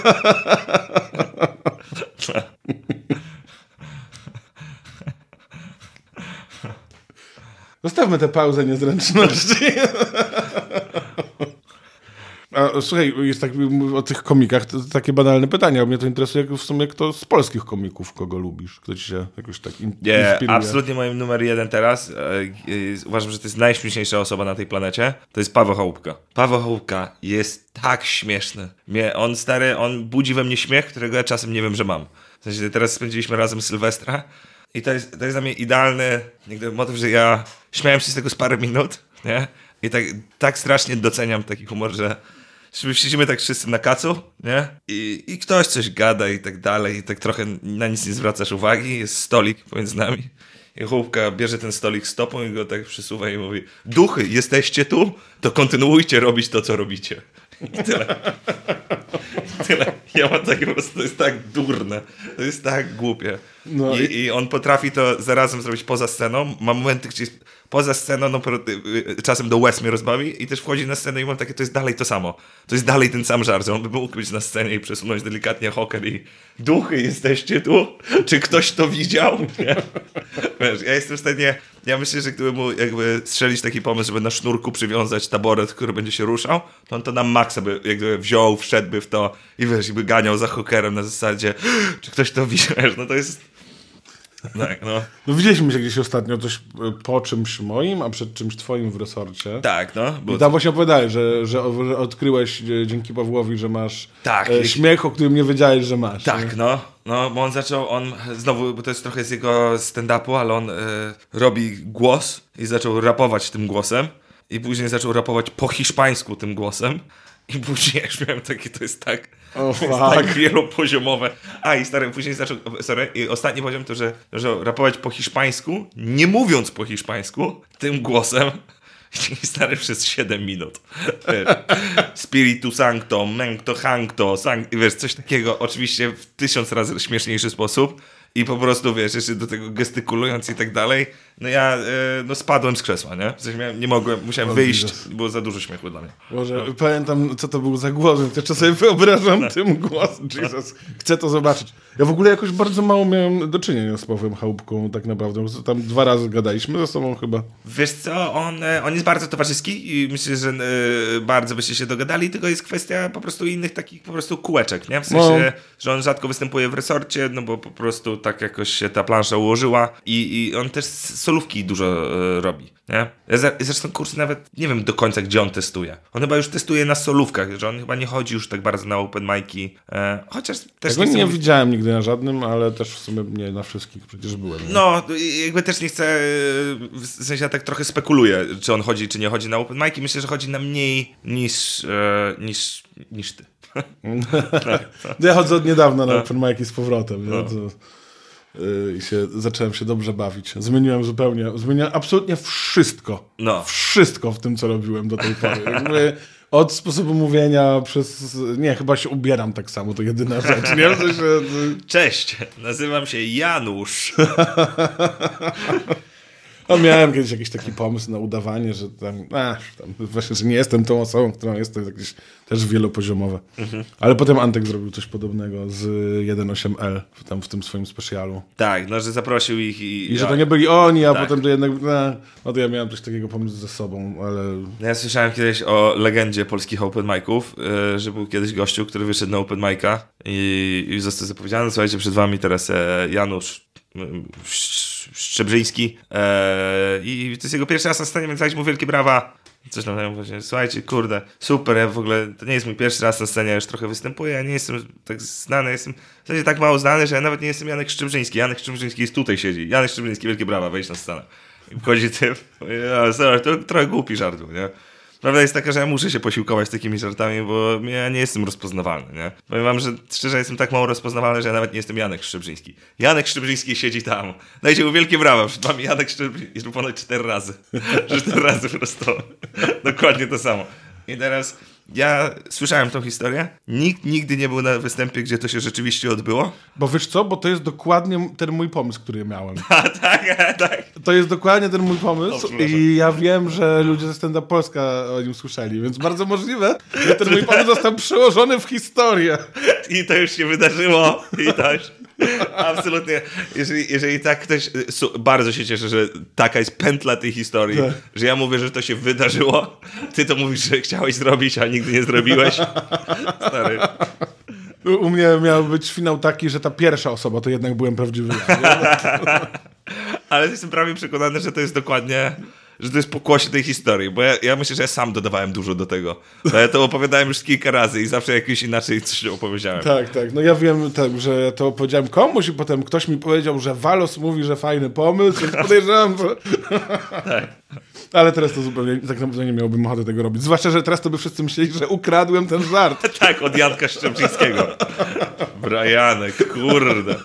Zostawmy tę pauzę niezręczności. A słuchaj, jest tak o tych komikach, to takie banalne pytanie, a mnie to interesuje w sumie kto z polskich komików, kogo lubisz, kto ci się jakoś tak in-
Nie,
inspiruje.
absolutnie moim numer jeden teraz, e, e, uważam, że to jest najśmieszniejsza osoba na tej planecie, to jest Paweł Chałupka. Paweł Chałupka jest tak śmieszny. Mnie, on stary, on budzi we mnie śmiech, którego ja czasem nie wiem, że mam. W sensie teraz spędziliśmy razem Sylwestra i to jest, to jest dla mnie idealny jakby motyw, że ja śmiałem się z tego z parę minut, nie? I tak, tak strasznie doceniam taki humor, że siedzimy tak wszyscy na kacu, nie? I, I ktoś coś gada i tak dalej, i tak trochę na nic nie zwracasz uwagi, jest stolik pomiędzy nami. I Chłopka bierze ten stolik stopą i go tak przysuwa i mówi: duchy, jesteście tu? To kontynuujcie robić to, co robicie. I tyle. I tyle. Ja mam takie po prostu, to jest tak durne, to jest tak głupie. No I, i... I on potrafi to zarazem zrobić poza sceną. Ma momenty, gdzie jest poza sceną, no czasem do łez mnie rozbawi i też wchodzi na scenę i mam takie, to jest dalej to samo. To jest dalej ten sam żart, że on by mógł być na scenie i przesunąć delikatnie hoker i duchy, jesteście tu? Czy ktoś to widział? Nie? Wiesz, ja jestem w stanie, ja myślę, że gdyby mu jakby strzelić taki pomysł, żeby na sznurku przywiązać taboret, który będzie się ruszał, to on to na maksa by jakby wziął, wszedłby w to i wiesz, i by ganiał za hokerem na zasadzie, czy ktoś to widział? No to jest... Tak, no.
No widzieliśmy się gdzieś ostatnio coś po czymś moim, a przed czymś twoim w resorcie.
Tak, no.
Bo I tam właśnie opowiadałeś, że, że odkryłeś dzięki Pawłowi, że masz
tak,
e, śmiech, o którym nie wiedziałeś, że masz.
Tak, nie? no. No, bo on zaczął, on znowu, bo to jest trochę z jego stand-upu, ale on y, robi głos i zaczął rapować tym głosem i później zaczął rapować po hiszpańsku tym głosem. I później ja już miałem takie, to jest tak,
oh,
to jest tak wielopoziomowe. A i stary, później zaczął, sorry, i ostatni poziom to, że zaczął rapować po hiszpańsku, nie mówiąc po hiszpańsku, tym głosem. I stary przez siedem minut. Spiritu Sancto, Mengto Hancto, Sanct... I wiesz, coś takiego, oczywiście w tysiąc razy śmieszniejszy sposób. I po prostu, wiesz, jeszcze do tego gestykulując i tak dalej, no ja e, no spadłem z krzesła, nie? W sensie miałem, nie mogłem, musiałem
oh,
wyjść,
Jesus.
było za dużo śmiechu dla mnie.
Boże, no. Pamiętam, co to był za głos, jeszcze sobie wyobrażam no. tym głosem. Jesus, chcę to zobaczyć. Ja w ogóle jakoś bardzo mało miałem do czynienia z Pawłem Chałupką, tak naprawdę. Tam dwa razy gadaliśmy ze sobą chyba.
Wiesz co, on, on jest bardzo towarzyski i myślę, że y, bardzo byście się dogadali, tylko jest kwestia po prostu innych takich po prostu kółeczek, nie? W sensie, no. że on rzadko występuje w resorcie, no bo po prostu tak jakoś się ta plansza ułożyła i, i on też solówki dużo y, robi, nie? Ja za, zresztą kurs nawet nie wiem do końca, gdzie on testuje. On chyba już testuje na solówkach, że on chyba nie chodzi już tak bardzo na open mic'i, e, chociaż też...
Ja
nie,
nie
chcę...
widziałem nigdy na żadnym, ale też w sumie nie na wszystkich przecież byłem. Nie?
No, jakby też nie chcę, w sensie ja tak trochę spekuluję, czy on chodzi, czy nie chodzi na open mic'i. Myślę, że chodzi na mniej niż, e, niż, niż ty.
Ja chodzę od niedawna na no. open mic'i z powrotem. No. To, yy, i się, zacząłem się dobrze bawić. Zmieniłem zupełnie, zmieniłem absolutnie wszystko.
No.
Wszystko w tym, co robiłem do tej pory. Jakby od sposobu mówienia przez... Nie, chyba się ubieram tak samo, to jedyna rzecz. Nie? To się...
Cześć, nazywam się Janusz.
No, miałem kiedyś jakiś taki pomysł na udawanie, że tam, a, tam właśnie, że nie jestem tą osobą, którą jestem, jakieś też wielopoziomowe. Mhm. Ale potem Antek zrobił coś podobnego z jeden osiem L tam w tym swoim specjalu.
Tak, no, że zaprosił ich i...
I że to nie byli oni, a
tak.
potem to jednak... No, no to ja miałem coś takiego pomysłu ze sobą, ale...
Ja słyszałem kiedyś o legendzie polskich open miców, yy, że był kiedyś gościu, który wyszedł na open mica i, i został zapowiedziany, słuchajcie, przed wami teraz e, Janusz Szczebrzyński e, i to jest jego pierwszy raz na scenie, więc dajcie mu wielkie brawa. Coś tam mówię, właśnie, słuchajcie, kurde, super, ja w ogóle, to nie jest mój pierwszy raz na scenie, ja już trochę występuję, ja nie jestem tak znany, jestem w zasadzie tak mało znany, że ja nawet nie jestem Janek Szczebrzyński. Janek Szczebrzyński jest tutaj, siedzi. Janek Szczebrzyński, wielkie brawa, wejdź na scenę. I wchodzi typ, ja, sorry, to trochę głupi żart był, nie? Prawda jest taka, że ja muszę się posiłkować z takimi żartami, bo ja nie jestem rozpoznawalny, nie? Powiem wam, że szczerze jestem tak mało rozpoznawalny, że ja nawet nie jestem Janek Szczebrzyński. Janek Szczebrzyński siedzi tam. Dajcie mu wielkie brawa, przed wami Janek Szczebrzyński. Już ponad cztery razy. Cztery razy po prostu. Dokładnie to samo. I teraz ja słyszałem tą historię. Nikt nigdy nie był na występie, gdzie to się rzeczywiście odbyło.
Bo wiesz co? Bo to jest dokładnie ten mój pomysł, który miałem.
A tak, tak.
To jest dokładnie ten mój pomysł
O,
i ja wiem, że ludzie ze Stand Up Polska o nim słyszeli, więc bardzo możliwe, że ten mój pomysł został przełożony w historię.
I to już się wydarzyło. I to już... Absolutnie. Jeżeli, jeżeli tak ktoś... Su, bardzo się cieszę, że taka jest pętla tej historii,
tak.
Że ja mówię, że to się wydarzyło. Ty to mówisz, że chciałeś zrobić, a nigdy nie zrobiłeś. Stary.
U mnie miał być finał taki, że ta pierwsza osoba to jednak byłem prawdziwy ja.
Ale jestem prawie przekonany, że to jest dokładnie... Że to jest pokłosie tej historii, bo ja, ja myślę, że ja sam dodawałem dużo do tego. Bo ja to opowiadałem już kilka razy i zawsze jakoś inaczej coś opowiedziałem.
Tak, tak. No ja wiem, tak, że ja to opowiedziałem komuś i potem ktoś mi powiedział, że Walos mówi, że fajny pomysł, więc podejrzewam, że...
Tak.
Ale teraz to zupełnie, tak naprawdę nie miałbym ochoty tego robić. Zwłaszcza, że teraz to by wszyscy myśleli, że ukradłem ten żart.
Tak, od Janka Szczebrzyńskiego. Brianek, kurde.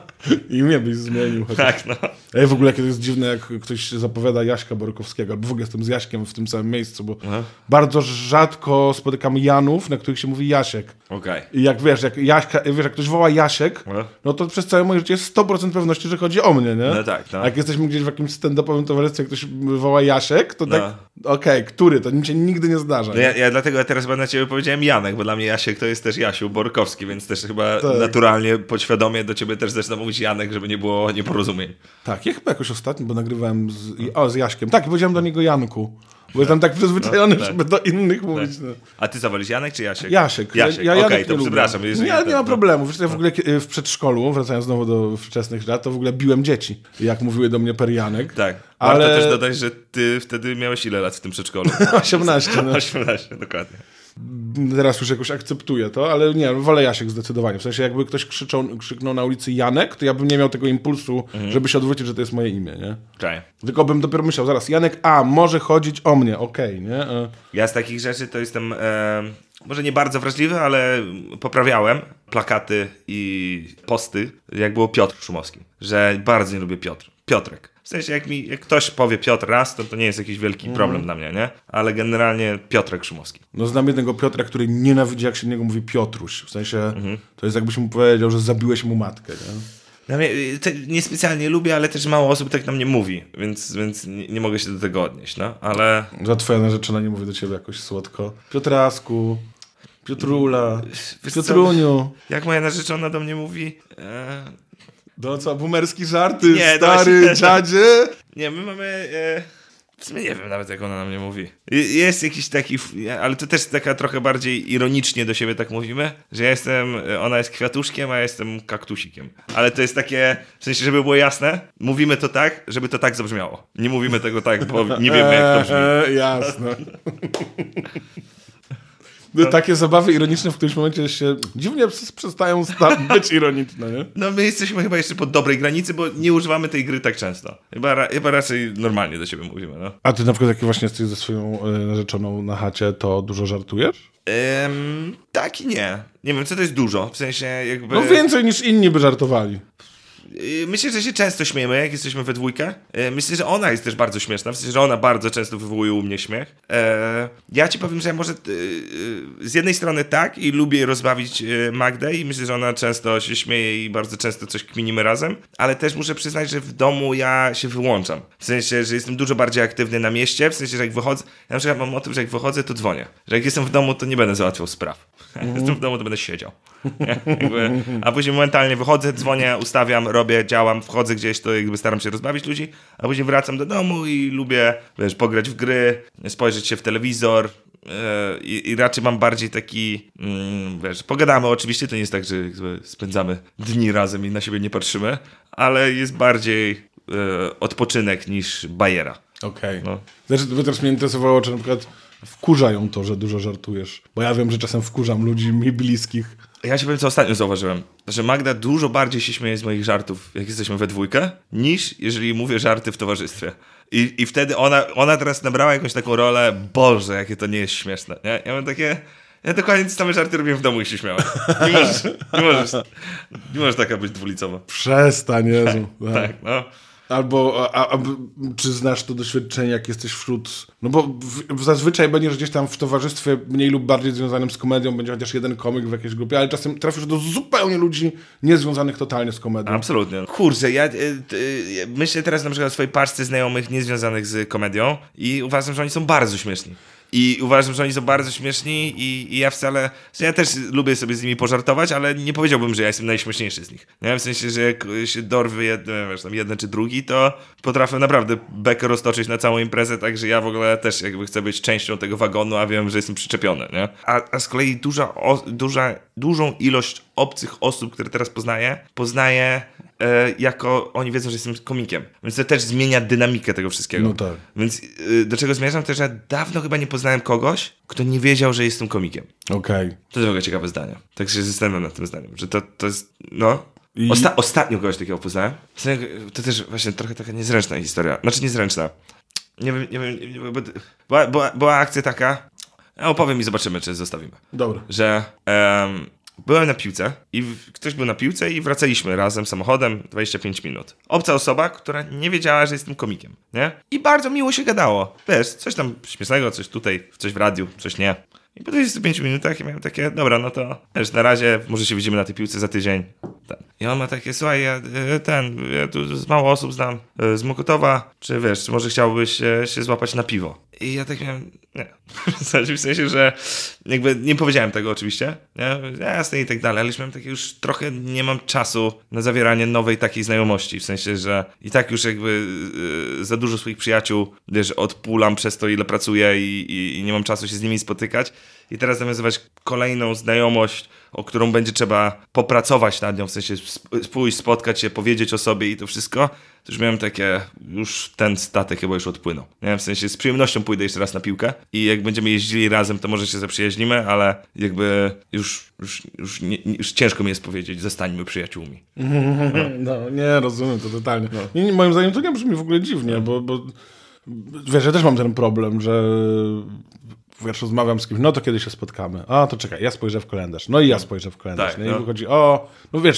I mnie byś zmienił. Chociaż.
Tak, no.
Ej, w ogóle jak to jest dziwne, jak ktoś zapowiada Jaśka Borkowskiego, albo w ogóle jestem z Jaśkiem w tym samym miejscu, bo
Aha.
bardzo rzadko spotykam Janów, na których się mówi Jasiek.
Okej.
I jak wiesz, jak, Jaśka, wiesz, jak ktoś woła Jasiek,
No.
no to przez całe moje życie jest sto procent pewności, że chodzi o mnie, nie?
No tak, no.
A jak jesteśmy gdzieś w jakimś stand-upowym towarzystwie, jak ktoś woła Jasiek, to
No.
tak, okej, okay, który? To mi się nigdy nie zdarza.
No ja, ja dlatego ja teraz chyba na ciebie powiedziałem Janek, bo dla mnie Jasiek to jest też Jasiu Borkowski, więc też chyba
Tak.
naturalnie, podświadomie do ciebie też zaczynam mówić Janek, żeby nie było nieporozumień.
Tak, ja chyba jakoś ostatnio, bo nagrywałem z, i- o, z Jaśkiem. Tak, i powiedziałem do niego Janku. Bo jestem tak przyzwyczajony,
No, tak.
żeby do innych mówić. No.
A ty zawolisz Janek czy Jasiek?
Jasiek.
Jasiek,
Ja, ja
okej,
Janek
to
nie
przepraszam.
lubię.
jeżeli
Nie, nie
ten-
ma
no.
problemu. Wiesz, ja w ogóle kie- w przedszkolu, wracając znowu do wczesnych lat, to w ogóle biłem dzieci, jak mówiły do mnie per Janek.
Tak.
Ale-
Warto też dodać, że ty wtedy miałeś ile lat w tym przedszkolu?
osiemnaście. No.
osiemnaście, dokładnie.
Teraz już jakoś akceptuję to, ale nie, wolę Jasiek zdecydowanie. W sensie jakby ktoś krzyczał, krzyknął na ulicy Janek, to ja bym nie miał tego impulsu,
Mhm.
żeby się odwrócić, że to jest moje imię, nie?
Okay.
Tylko bym dopiero myślał, zaraz, Janek, a, może chodzić o mnie, okej, nie? E.
Ja z takich rzeczy to jestem e, może nie bardzo wrażliwy, ale poprawiałem plakaty i posty, jak było Piotr Szumowski, że bardzo nie lubię Piotr. Piotrek. W sensie jak mi jak ktoś powie Piotr raz, to to nie jest jakiś wielki problem dla mnie, nie? Ale generalnie Piotrek Szumowski.
No znam jednego Piotra, który nienawidzi, jak się niego mówi Piotruś. W sensie, mhm. to jest jakbyś mu powiedział, że zabiłeś mu matkę, nie?
Ja mnie, te, niespecjalnie lubię, ale też mało osób tak na mnie mówi, więc, więc nie, nie mogę się do tego odnieść, no, ale...
Że twoja narzeczona nie mówi do ciebie jakoś słodko. Piotrasku, Piotrula,
Wiesz
Piotruniu.
co, jak moja narzeczona do mnie mówi... E...
No co, boomerski żarty,
Nie, no
stary
właśnie-
dziadzie?
Nie, my mamy... E... W sumie nie wiem nawet, jak ona na mnie mówi. Jest jakiś taki, ale to też taka trochę bardziej ironicznie do siebie tak mówimy, że ja jestem, ona jest kwiatuszkiem, a ja jestem kaktusikiem. Ale to jest takie, w sensie, żeby było jasne, mówimy to tak, żeby to tak zabrzmiało. Nie mówimy tego tak, bo nie wiemy, jak to brzmi.
Eee, jasne. No, takie zabawy ironiczne w którymś momencie się dziwnie przestają sta- być ironiczne, nie?
No my jesteśmy chyba jeszcze po dobrej granicy, bo nie używamy tej gry tak często. Chyba, ra- chyba raczej normalnie do siebie mówimy, no.
A ty na przykład, jak właśnie jesteś ze swoją y, narzeczoną na chacie, to dużo żartujesz?
Ym, tak i nie. Nie wiem, co to jest dużo. W sensie jakby...
No więcej niż inni by żartowali.
Yy, myślę, że się często śmiejemy, jak jesteśmy we dwójkę. Yy, myślę, że ona jest też bardzo śmieszna. Myślę, że ona bardzo często wywołuje u mnie śmiech. Yy, ja ci powiem, że ja może yy, yy, z jednej strony tak i lubię rozbawić yy, Magdę i myślę, że ona często się śmieje i bardzo często coś kminimy razem, ale też muszę przyznać, że w domu ja się wyłączam. W sensie, że jestem dużo bardziej aktywny na mieście, w sensie, że jak wychodzę, ja na przykład mam o tym, że jak wychodzę, to dzwonię. Że jak jestem w domu, to nie będę załatwiał spraw. Jak mm. jestem w domu, to będę siedział. Jakby, a później momentalnie wychodzę, dzwonię, ustawiam, robię, działam, wchodzę gdzieś, to jakby staram się rozbawić ludzi, a później wracam do domu i lubię, wiesz, pograć w gry, spojrzeć się w telewizor yy, i, i raczej mam bardziej taki, yy, wiesz, pogadamy oczywiście, to nie jest tak, że jakby spędzamy dni razem i na siebie nie patrzymy, ale jest bardziej yy, odpoczynek niż bajera.
Okej.
Okay. No.
Znaczy, to by też mnie interesowało, czy na przykład wkurzają to, że dużo żartujesz. Bo ja wiem, że czasem wkurzam ludzi mi bliskich.
Ja ci powiem, co ostatnio zauważyłem. Że Magda dużo bardziej się śmieje z moich żartów, jak jesteśmy we dwójkę, niż jeżeli mówię żarty w towarzystwie. I, i wtedy ona, ona teraz nabrała jakąś taką rolę, Boże, jakie to nie jest śmieszne. Nie? Ja mam takie... Ja dokładnie te same żarty robiłem w domu i się śmiałem. Nie możesz, nie możesz, nie możesz taka być dwulicowa.
Przestań, Jezu.
Tak, tak, no.
Albo, a, a, czy znasz to doświadczenie, jak jesteś wśród... No bo w, w zazwyczaj będziesz gdzieś tam w towarzystwie mniej lub bardziej związanym z komedią, będzie chociaż jeden komik w jakiejś grupie, ale czasem trafisz do zupełnie ludzi niezwiązanych totalnie z komedią.
Absolutnie. Kurczę, ja y, y, myślę teraz na przykład o swojej paczce znajomych niezwiązanych z komedią i uważam, że oni są bardzo śmieszni. I uważam, że oni są bardzo śmieszni i, i ja wcale... Ja też lubię sobie z nimi pożartować, ale nie powiedziałbym, że ja jestem najśmieszniejszy z nich. Nie? W sensie, że jak się dorwy jeden, wiesz, tam jeden czy drugi, to potrafię naprawdę bekę roztoczyć na całą imprezę, także ja w ogóle też jakby chcę być częścią tego wagonu, a wiem, że jestem przyczepiony. Nie? A, a z kolei duża, o, duża, dużą ilość obcych osób, które teraz poznaję, poznaję e, jako oni wiedzą, że jestem komikiem. Więc to też zmienia dynamikę tego wszystkiego.
No tak.
Więc e, do czego zmierzam? Też, że dawno chyba nie poznałem kogoś, kto nie wiedział, że jestem komikiem.
Okej. Okay.
To jest w ogóle ciekawe zdanie. Tak się zastanawiam nad tym zdaniem, że to, to jest, no...
I...
Osta- ostatnio kogoś takiego poznałem. To też właśnie trochę taka niezręczna historia. Znaczy niezręczna. Nie wiem, nie wiem, nie wiem bo była, była, była akcja taka, opowiem i zobaczymy, czy zostawimy.
Dobra.
Że um, byłem na piłce i w, ktoś był na piłce i wracaliśmy razem samochodem dwadzieścia pięć minut. Obca osoba, która nie wiedziała, że jestem komikiem, nie? I bardzo miło się gadało. Wiesz, coś tam śmiesznego, coś tutaj, coś w radiu, coś nie. I po dwudziestu pięciu minutach ja miałem takie, dobra, no to wiesz, na razie może się widzimy na tej piłce za tydzień. Ten. I on ma takie, słuchaj, ja ten, ja tu z mało osób znam z Mokotowa, czy wiesz, czy może chciałbyś się, się złapać na piwo? I ja tak miałem, nie. W sensie, że jakby nie powiedziałem tego oczywiście, nie? Jasne i tak dalej, ale już miałem takie, już trochę nie mam czasu na zawieranie nowej takiej znajomości, w sensie, że i tak już jakby yy, za dużo swoich przyjaciół, wiesz, odpulam przez to, ile pracuję i, i, i nie mam czasu się z nimi spotykać. I teraz nawiązywać kolejną znajomość, o którą będzie trzeba popracować nad nią, w sensie pójść, spotkać się, powiedzieć o sobie i to wszystko, to już miałem takie, już ten statek chyba już odpłynął. Nie? W sensie z przyjemnością pójdę jeszcze raz na piłkę i jak będziemy jeździli razem, to może się zaprzyjaźnimy, ale jakby już, już, już, nie, już ciężko mi jest powiedzieć, zostańmy przyjaciółmi.
No, no nie, rozumiem to totalnie. No. Nie, nie, moim zdaniem to nie brzmi w ogóle dziwnie, bo, bo wiesz, ja też mam ten problem, że wiesz, rozmawiam z kimś, no to kiedy się spotkamy? A, to czekaj, ja spojrzę w kalendarz. No i ja spojrzę w kalendarz.
Tak,
nie?
no.
I wychodzi, o, no wiesz,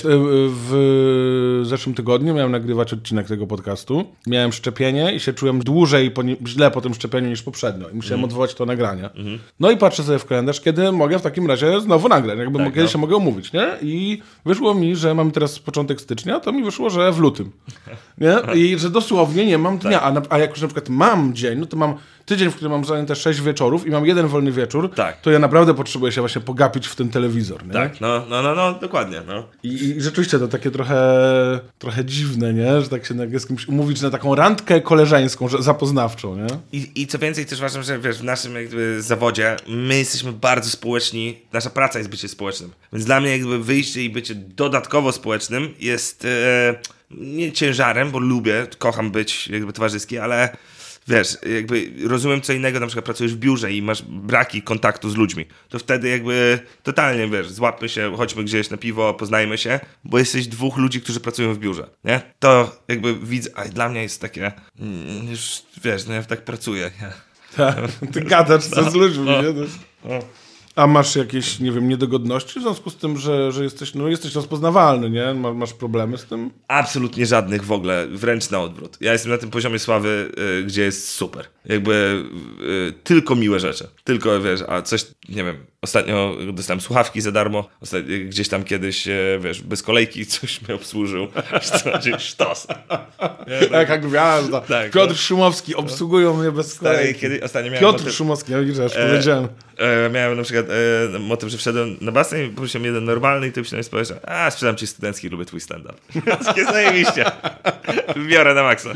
w zeszłym tygodniu miałem nagrywać odcinek tego podcastu. Miałem szczepienie i się czułem dłużej, po nie, źle po tym szczepieniu niż poprzednio. I musiałem mm. odwołać to nagranie. Mm. No i patrzę sobie w kalendarz, kiedy mogę w takim razie znowu nagrać. Jakby tak, kiedy no. się mogę umówić, nie? I wyszło mi, że mamy teraz początek stycznia, to mi wyszło, że w lutym. Nie? I że dosłownie nie mam dnia. Tak. A, na, a jak już na przykład mam dzień, no to mam tydzień, w którym mam zajęte sześć wieczorów i mam jeden wolny wieczór, tak. to ja naprawdę potrzebuję się właśnie pogapić w ten telewizor. Nie?
Tak, no, no, no, no dokładnie. No.
I, I rzeczywiście to takie trochę, trochę dziwne, nie? Że tak się z kimś umówić na taką randkę koleżeńską, że, zapoznawczą. Nie?
I, I co więcej też uważam, że wiesz, w naszym jakby zawodzie my jesteśmy bardzo społeczni, nasza praca jest bycie społecznym. Więc dla mnie jakby wyjście i bycie dodatkowo społecznym jest e, nie ciężarem, bo lubię, kocham być jakby towarzyski, ale wiesz, jakby rozumiem co innego, na przykład pracujesz w biurze i masz braki kontaktu z ludźmi, to wtedy jakby totalnie, wiesz, złapmy się, chodźmy gdzieś na piwo, poznajmy się, bo jesteś dwóch ludzi, którzy pracują w biurze, nie? To jakby widzę, a dla mnie jest takie, mm, już wiesz, no ja tak pracuję.
Tak, ty gadasz co no, z ludźmi,
no,
nie?
No.
A masz jakieś, nie wiem, niedogodności w związku z tym, że, że jesteś, no, jesteś rozpoznawalny, nie? Masz, masz problemy z tym?
Absolutnie żadnych w ogóle, wręcz na odwrót. Ja jestem na tym poziomie sławy, y, gdzie jest super. Jakby y, tylko miłe rzeczy. Tylko, wiesz, a coś, nie wiem, ostatnio dostałem słuchawki za darmo, ostatnio, gdzieś tam kiedyś, y, wiesz, bez kolejki coś mnie obsłużył. Sztos.
Jaka gwiazda. Tak, Piotr no. Szumowski, obsługują mnie bez
Stary,
kolejki.
kiedy ostatnio miałem
Piotr
motyw,
Szumowski, ja widzisz, e, powiedziałem.
E, miałem na przykład e, motyw, że wszedłem na basen i poprosiłem jeden normalny i ty się spojrzał, a sprzedam ci studencki, lubię twój stand-up. Jest zajebiście. Biorę na maksa.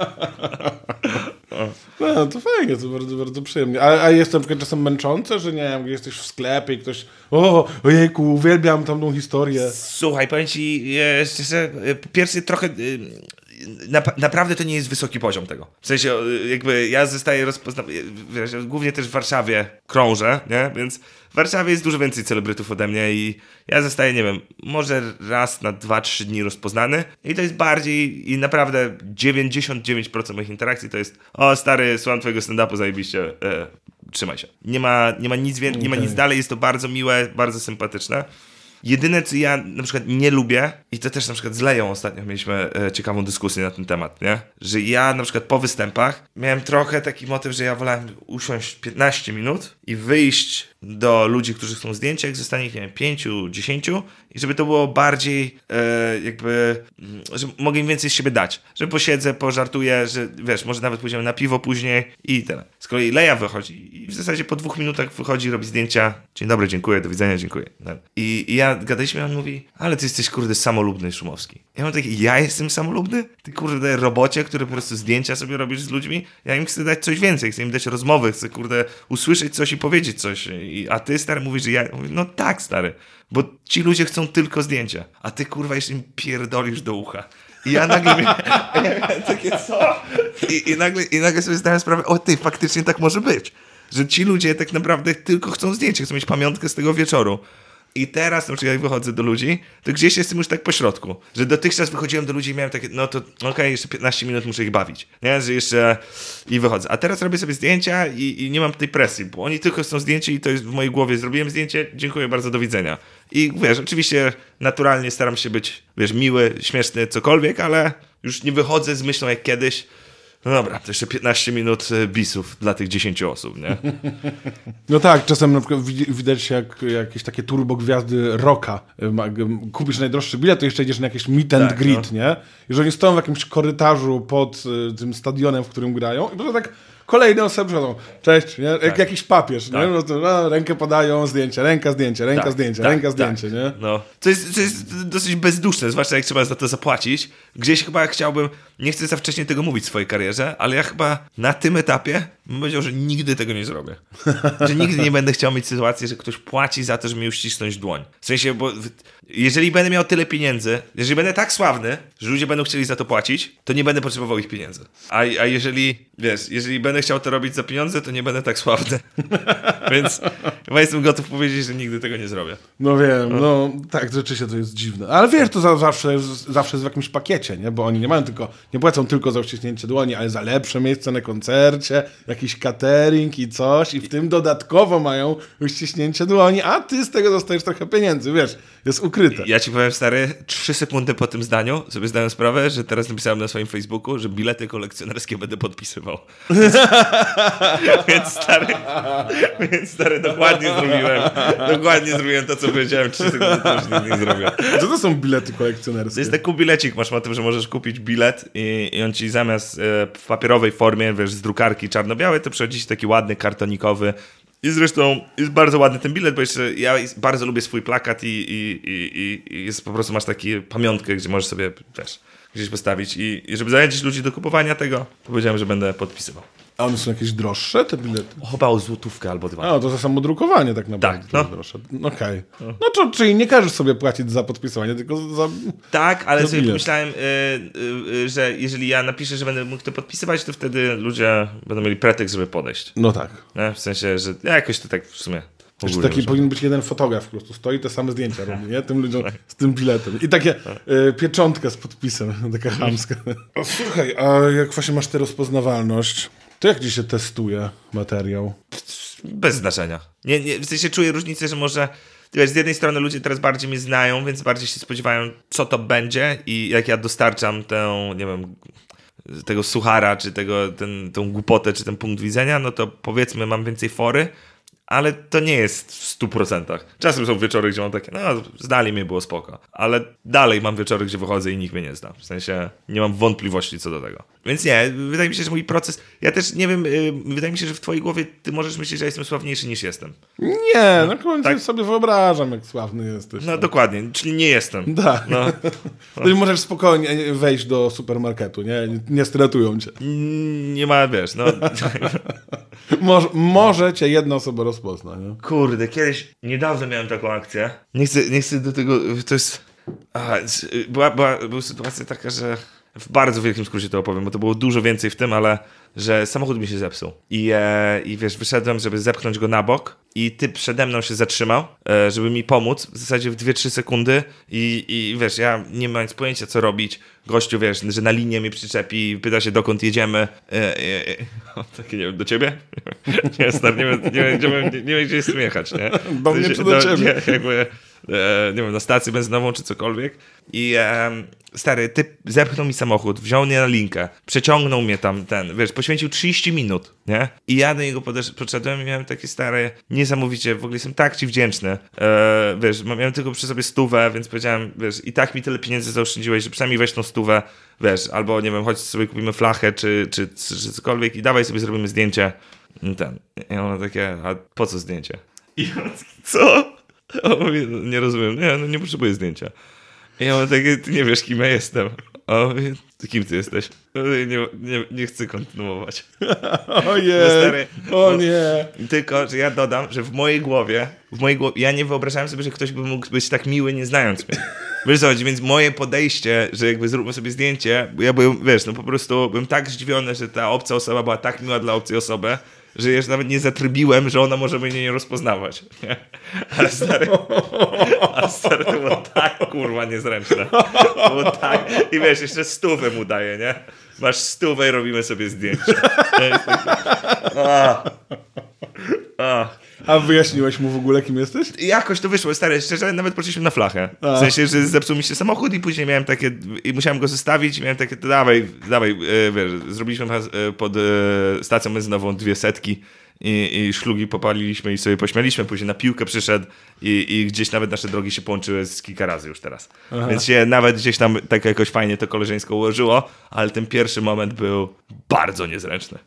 No, to fajnie, to bardzo, bardzo przyjemnie. A, a jest to na przykład czasem męczące, że nie wiem, gdzie jesteś w sklepie i ktoś, o, ojejku, uwielbiam tamtą historię.
Słuchaj, powiem ci, szczerze, pierwszy trochę... Na, naprawdę to nie jest wysoki poziom tego. W sensie, jakby ja zostaję rozpoznany, głównie też w Warszawie krążę, nie? Więc w Warszawie jest dużo więcej celebrytów ode mnie i ja zostaję, nie wiem, może raz na dwa, trzy dni rozpoznany i to jest bardziej i naprawdę dziewięćdziesiąt dziewięć procent moich interakcji to jest, o stary, słucham twojego stand-upu, zajebiście, e, trzymaj się. Nie ma, nie ma nic więcej, nie ma nic dalej, jest to bardzo miłe, bardzo sympatyczne. Jedyne, co ja na przykład nie lubię, i to też na przykład z Leją ostatnio mieliśmy e, ciekawą dyskusję na ten temat, nie? Że ja na przykład po występach miałem trochę taki motyw, że ja wolałem usiąść piętnaście minut i wyjść do ludzi, którzy chcą zdjęcia, jak zostanie ich, nie wiem, pięciu, dziesięciu i żeby to było bardziej e, jakby, że mogę im więcej z siebie dać. Że posiedzę, pożartuję, że wiesz, może nawet pójdziemy na piwo później i tyle. Z kolei Leja wychodzi i w zasadzie po dwóch minutach wychodzi, robi zdjęcia. Dzień dobry, dziękuję, do widzenia, dziękuję. I, i ja gadaliśmy, on mówi, ale ty jesteś kurde samolubny, Szumowski. Ja mam taki, ja jestem samolubny? Ty kurde robocie, który po prostu zdjęcia sobie robisz z ludźmi? Ja im chcę dać coś więcej, chcę im dać rozmowy, chcę kurde usłyszeć coś i powiedzieć coś. I, a ty, stary, mówisz, że ja... Mówię, no tak, stary, bo ci ludzie chcą tylko zdjęcia, a ty, kurwa, jeszcze im pierdolisz do ucha. I ja nagle miałem, ja miałem takie, co? I, i, nagle, I nagle sobie zdałem sprawę, o ty, faktycznie tak może być. Że ci ludzie tak naprawdę tylko chcą zdjęcia, chcą mieć pamiątkę z tego wieczoru. I teraz, na przykład jak wychodzę do ludzi, to gdzieś jestem już tak po środku, że dotychczas wychodziłem do ludzi i miałem takie, no to okej, okay, jeszcze piętnaście minut muszę ich bawić, nie, że jeszcze i wychodzę. A teraz robię sobie zdjęcia i, i nie mam tej presji, bo oni tylko chcą zdjęcie i to jest w mojej głowie, zrobiłem zdjęcie, dziękuję bardzo, do widzenia. I wiesz, oczywiście naturalnie staram się być, wiesz, miły, śmieszny, cokolwiek, ale już nie wychodzę z myślą jak kiedyś. No dobra, to jeszcze piętnaście minut bisów dla tych dziesięciu osób, nie?
No tak, czasem na przykład widać jak jakieś takie turbogwiazdy rocka. Kupisz najdroższy bilet, to jeszcze idziesz na jakieś meet and tak, greet, no. Nie? I że oni stoją w jakimś korytarzu pod tym stadionem, w którym grają i po tak kolejne osoby przychodzą, cześć, nie? Jak tak. Jakiś papież, tak. Nie? No to, no, rękę podają, zdjęcie, ręka, zdjęcie, ręka, tak, zdjęcie, tak, ręka, tak, zdjęcie, tak. Nie?
No. To jest, to jest dosyć bezduszne, zwłaszcza jak trzeba za to zapłacić. Gdzieś chyba chciałbym, nie chcę za wcześnie tego mówić w swojej karierze, ale ja chyba na tym etapie bym powiedział, że nigdy tego nie zrobię. Że nigdy nie będę chciał mieć sytuacji, że ktoś płaci za to, żeby mi uścisnąć dłoń. W sensie, bo jeżeli będę miał tyle pieniędzy, jeżeli będę tak sławny, że ludzie będą chcieli za to płacić, to nie będę potrzebował ich pieniędzy. A, a jeżeli, wiesz, jeżeli będę chciał to robić za pieniądze, to nie będę tak sławny. Więc chyba jestem gotów powiedzieć, że nigdy tego nie zrobię.
No wiem, no, no tak, rzeczywiście to jest dziwne. Ale wiesz, to za, zawsze, zawsze jest w jakimś pakiecie, nie? Bo oni nie mają tylko, nie płacą tylko za uściśnięcie dłoni, ale za lepsze miejsce na koncercie, jakiś catering i coś i w tym dodatkowo mają uściśnięcie dłoni, a ty z tego dostajesz trochę pieniędzy, wiesz, jest ukryte.
Ja ci powiem, stary, trzy sekundy po tym zdaniu sobie zdałem sprawę, że teraz napisałem na swoim Facebooku, że bilety kolekcjonerskie będę podpisywał. Więc, więc stary, więc stary, dokładnie zrobiłem, dokładnie zrobiłem to, co powiedziałem trzy sekundy, to już nigdy nie zrobię.
Co to są bilety kolekcjonerskie?
To jest taki bilecik, masz motyw, że możesz kupić bilet i, i on ci zamiast e, w papierowej formie, wiesz, z drukarki czarno-białej, to przychodzi ci taki ładny, kartonikowy. I zresztą jest bardzo ładny ten bilet, bo jeszcze ja bardzo lubię swój plakat i, i, i, i jest po prostu masz taką pamiątkę, gdzie możesz sobie, wiesz, gdzieś postawić i, i żeby zachęcić ludzi do kupowania tego, powiedziałem, że będę podpisywał.
A one są jakieś droższe, te bilety?
Chyba o złotówkę albo dwa.
A, to za samo drukowanie tak naprawdę.
Tak, no.
Droższe. Okej. Okay. No to, czyli nie każesz sobie płacić za podpisywanie, tylko za...
Tak, ale za sobie bilet. Pomyślałem, yy, yy, że jeżeli ja napiszę, że będę mógł to podpisywać, to wtedy ludzie będą mieli pretekst, żeby podejść.
No tak.
Nie? W sensie, że ja jakoś to tak w sumie...
Jeszcze taki może. Powinien być jeden fotograf, po prostu stoi, te same zdjęcia robi, nie? Tym ludziom z tym biletem. I takie y, pieczątka z podpisem, taka chamska. O, słuchaj, a jak właśnie masz tę rozpoznawalność, to jak ci się testuje materiał?
bez znaczenia. Nie, nie, w sensie czuję różnicę, że może... Wiesz, z jednej strony ludzie teraz bardziej mnie znają, więc bardziej się spodziewają, co to będzie i jak ja dostarczam tę, nie wiem, tego suchara, czy tego, ten, tą głupotę, czy ten punkt widzenia, no to powiedzmy mam więcej fory, ale to nie jest w stu procentach. Czasem są wieczory, gdzie mam takie, no znali mnie, było spoko, ale dalej mam wieczory, gdzie wychodzę i nikt mnie nie zna. W sensie nie mam wątpliwości co do tego. Więc nie, wydaje mi się, że mój proces, ja też nie wiem, yy, wydaje mi się, że w twojej głowie ty możesz myśleć, że jestem sławniejszy niż jestem.
Nie, no końcu
tak?
sobie wyobrażam, jak sławny jesteś.
No dokładnie, czyli nie jestem.
Tak.
No.
No. Możesz spokojnie wejść do supermarketu, nie? Nie stretują cię.
Nie ma, wiesz, no...
Może, może cię jedna osoba rozpozna, nie?
Kurde, kiedyś, niedawno miałem taką akcję. Nie chcę, nie chcę do tego, to jest... Aha, była, była, była sytuacja taka, że w bardzo wielkim skrócie to opowiem, bo to było dużo więcej w tym, ale że samochód mi się zepsuł. I, e, i wiesz, wyszedłem, żeby zepchnąć go na bok i typ przede mną się zatrzymał, e, żeby mi pomóc, w zasadzie w dwie trzy sekundy i, i wiesz, ja nie mając pojęcia co robić, gościu, wiesz, że na linię mnie przyczepi, pyta się dokąd jedziemy. E, e, e, takie, nie wiem, do ciebie? nie, stary, nie wiem, nie wiem, gdzie, nie, nie wiem, gdzie jest jechać, nie?
Do mnie czy do ciebie?
Nie, jakby, e, nie wiem, na stację benzynową czy cokolwiek. I e, stary, typ zepchnął mi samochód, wziął mnie na linkę, przeciągnął mnie tam ten, wiesz, poświęcił trzydzieści minut, nie? I ja do niego podesz- podszedłem i miałem takie stare, niesamowicie, w ogóle jestem tak ci wdzięczny. E, wiesz, miałem tylko przy sobie stówę, więc powiedziałem, wiesz, i tak mi tyle pieniędzy zaoszczędziłeś, że przynajmniej weź tą stówę, wiesz, albo nie wiem, chodź sobie kupimy flachę, czy, czy, czy, czy cokolwiek i dawaj sobie zrobimy zdjęcie. I ten. I ono takie, a po co zdjęcie? I on taki, co? A on mówi, nie rozumiem, nie, no nie potrzebuję zdjęcia. I ja mam takie, ty nie wiesz, kim ja jestem. A on mówi, kim ty jesteś? No, nie, nie, nie chcę kontynuować.
Ojej,
No, stary,
o
bo-
nie.
Tylko, że ja dodam, że w mojej głowie, w mojej głowie, ja nie wyobrażałem sobie, że ktoś by mógł być tak miły, nie znając mnie. Wiesz co chodzi, więc moje podejście, że jakby zróbmy sobie zdjęcie, bo ja byłem, wiesz, no po prostu byłem tak zdziwiony, że ta obca osoba była tak miła dla obcej osoby, że jeszcze nawet nie zatrybiłem, że ona może mnie nie rozpoznawać. Nie? Ale stary, ale stary, to było tak kurwa niezręczne. To było tak, i wiesz, jeszcze stówę mu daję, nie? Masz stówę i robimy sobie zdjęcie. A. A.
A wyjaśniłeś mu w ogóle, kim jesteś?
Jakoś to wyszło, stary, szczerze, nawet poszliśmy na flachę. W sensie, że zepsuł mi się samochód i później miałem takie, i musiałem go zostawić i miałem takie, to dawaj, dawaj, e, wiesz, zrobiliśmy e, pod e, stacją benzynową dwie setki i, i szlugi popaliliśmy i sobie pośmialiśmy, później na piłkę przyszedł i, i gdzieś nawet nasze drogi się połączyły z kilka razy już teraz. Aha. Więc się nawet gdzieś tam tak jakoś fajnie to koleżeńsko ułożyło, ale ten pierwszy moment był bardzo niezręczny.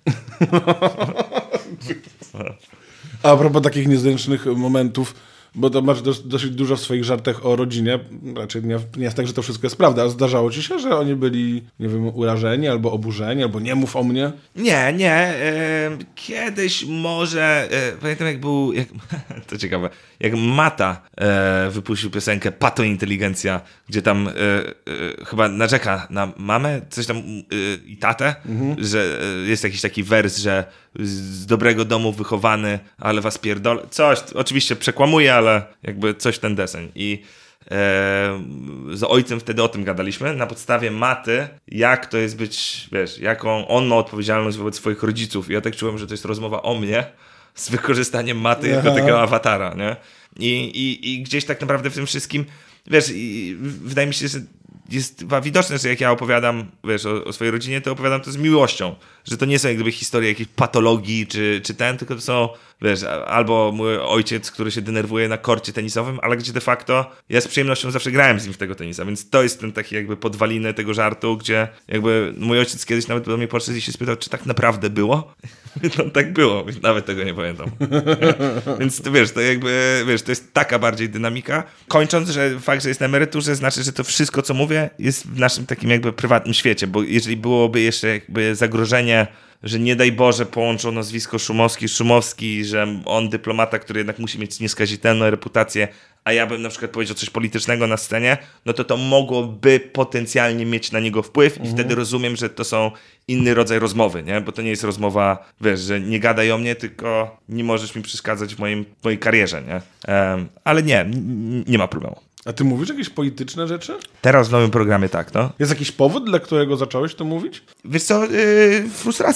A propos takich niezręcznych momentów, bo to masz dos- dosyć dużo w swoich żartach o rodzinie, raczej nie, nie jest tak, że to wszystko jest prawda, a zdarzało ci się, że oni byli, nie wiem, urażeni, albo oburzeni, albo nie mów o mnie?
Nie, nie. E, kiedyś może, e, pamiętam jak był, jak, to ciekawe, jak Mata e, wypuścił piosenkę Pato Inteligencja, gdzie tam e, e, chyba narzeka na mamę, coś tam e, i tatę, mhm. że e, jest jakiś taki wers, że z dobrego domu wychowany, ale was pierdolę. Coś, oczywiście przekłamuję, ale jakby coś ten deseń. I e, z ojcem wtedy o tym gadaliśmy, na podstawie Maty, jak to jest być, wiesz, jaką on ma odpowiedzialność wobec swoich rodziców. I ja tak czułem, że to jest rozmowa o mnie z wykorzystaniem Maty jako
Aha.
takiego awatara, nie? I, i, I gdzieś tak naprawdę w tym wszystkim, wiesz, i wydaje mi się, że jest chyba widoczne, że jak ja opowiadam, wiesz, o, o swojej rodzinie, to opowiadam to z miłością. Że to nie są jak gdyby historie jakiejś patologii czy, czy ten, tylko to są, wiesz, albo mój ojciec, który się denerwuje na korcie tenisowym, ale gdzie de facto ja z przyjemnością zawsze grałem z nim w tego tenisa, więc to jest ten taki jakby podwaliny tego żartu, gdzie jakby mój ojciec kiedyś nawet do mnie podszedł i się spytał, czy tak naprawdę było? No tak było, nawet tego nie pamiętam. Więc to wiesz, to jakby, wiesz, to jest taka bardziej dynamika. Kończąc, że fakt, że jest na emeryturze, znaczy, że to wszystko, co mówię, jest w naszym takim jakby prywatnym świecie, bo jeżeli byłoby jeszcze jakby zagrożenie, że nie daj Boże połączą nazwisko Szumowski, Szumowski, że on dyplomata, który jednak musi mieć nieskazitelną reputację, a ja bym na przykład powiedział coś politycznego na scenie, no to to mogłoby potencjalnie mieć na niego wpływ i mhm. wtedy rozumiem, że to są inny rodzaj rozmowy, nie? Bo to nie jest rozmowa, wiesz, że nie gadaj o mnie, tylko nie możesz mi przeszkadzać w, moim, w mojej karierze, nie? Um, ale nie, n- nie ma problemu.
A ty mówisz jakieś polityczne rzeczy?
Teraz w nowym programie tak, no.
Jest jakiś powód, dla którego zacząłeś to mówić?
Wiesz co, yy, frustracja.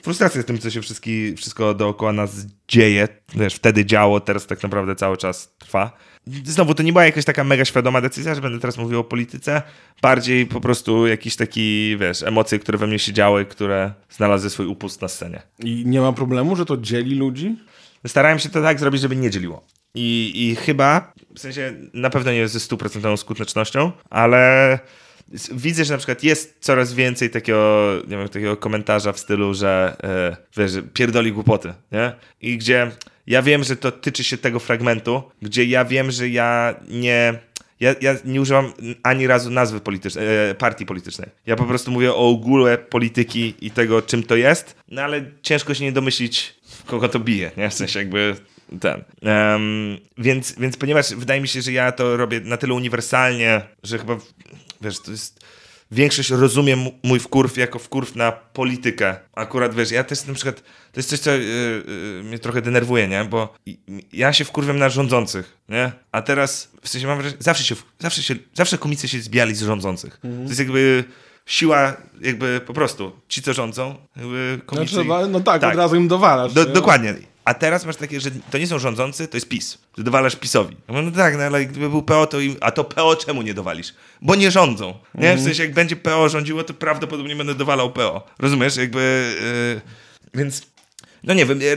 frustracja z tym, co się wszystki, wszystko dookoła nas dzieje. Wiesz, wtedy działo, teraz tak naprawdę cały czas trwa. Znowu, to nie była jakaś taka mega świadoma decyzja, że będę teraz mówił o polityce. Bardziej po prostu jakiś taki, wiesz, emocje, które we mnie się działy, które znalazły swój upust na scenie.
I nie ma problemu, że to dzieli ludzi?
Starałem się to tak zrobić, żeby nie dzieliło. I, i chyba, w sensie na pewno nie ze stuprocentową skutecznością, ale widzę, że na przykład jest coraz więcej takiego, nie wiem, takiego komentarza w stylu, że e, wiesz, że pierdoli głupoty, nie? I gdzie ja wiem, że to tyczy się tego fragmentu, gdzie ja wiem, że ja nie... Ja, ja nie używam ani razu nazwy politycznej, e, partii politycznej. Ja po prostu mówię o ogóle polityki i tego, czym to jest, no ale ciężko się nie domyślić, kogo to bije, nie? W sensie jakby ten. Um, więc, więc ponieważ wydaje mi się, że ja to robię na tyle uniwersalnie, że chyba, wiesz, to jest... Większość rozumie m- mój wkurw jako wkurw na politykę. Akurat, wiesz, ja też na przykład, to jest coś, co yy, yy, mnie trochę denerwuje, nie? Bo i, ja się wkurwiam na rządzących, nie? A teraz, w sensie mam wrażenie, zawsze się, zawsze się, zawsze komicy się zbijali z rządzących. Mhm. To jest jakby siła, jakby po prostu, ci co rządzą, jakby komicy...
Znaczy, no tak, tak, od razu im dowalasz.
Do, dokładnie. A teraz masz takie, że to nie są rządzący, to jest PiS. Że dowalasz PiSowi. No, no tak, no ale gdyby był P O, to im... A to P O czemu nie dowalisz? Bo nie rządzą. Nie? Mm. W sensie, jak będzie P O rządziło, to prawdopodobnie będę dowalał P O. Rozumiesz? Jakby... Yy... Więc... No nie wiem, yy,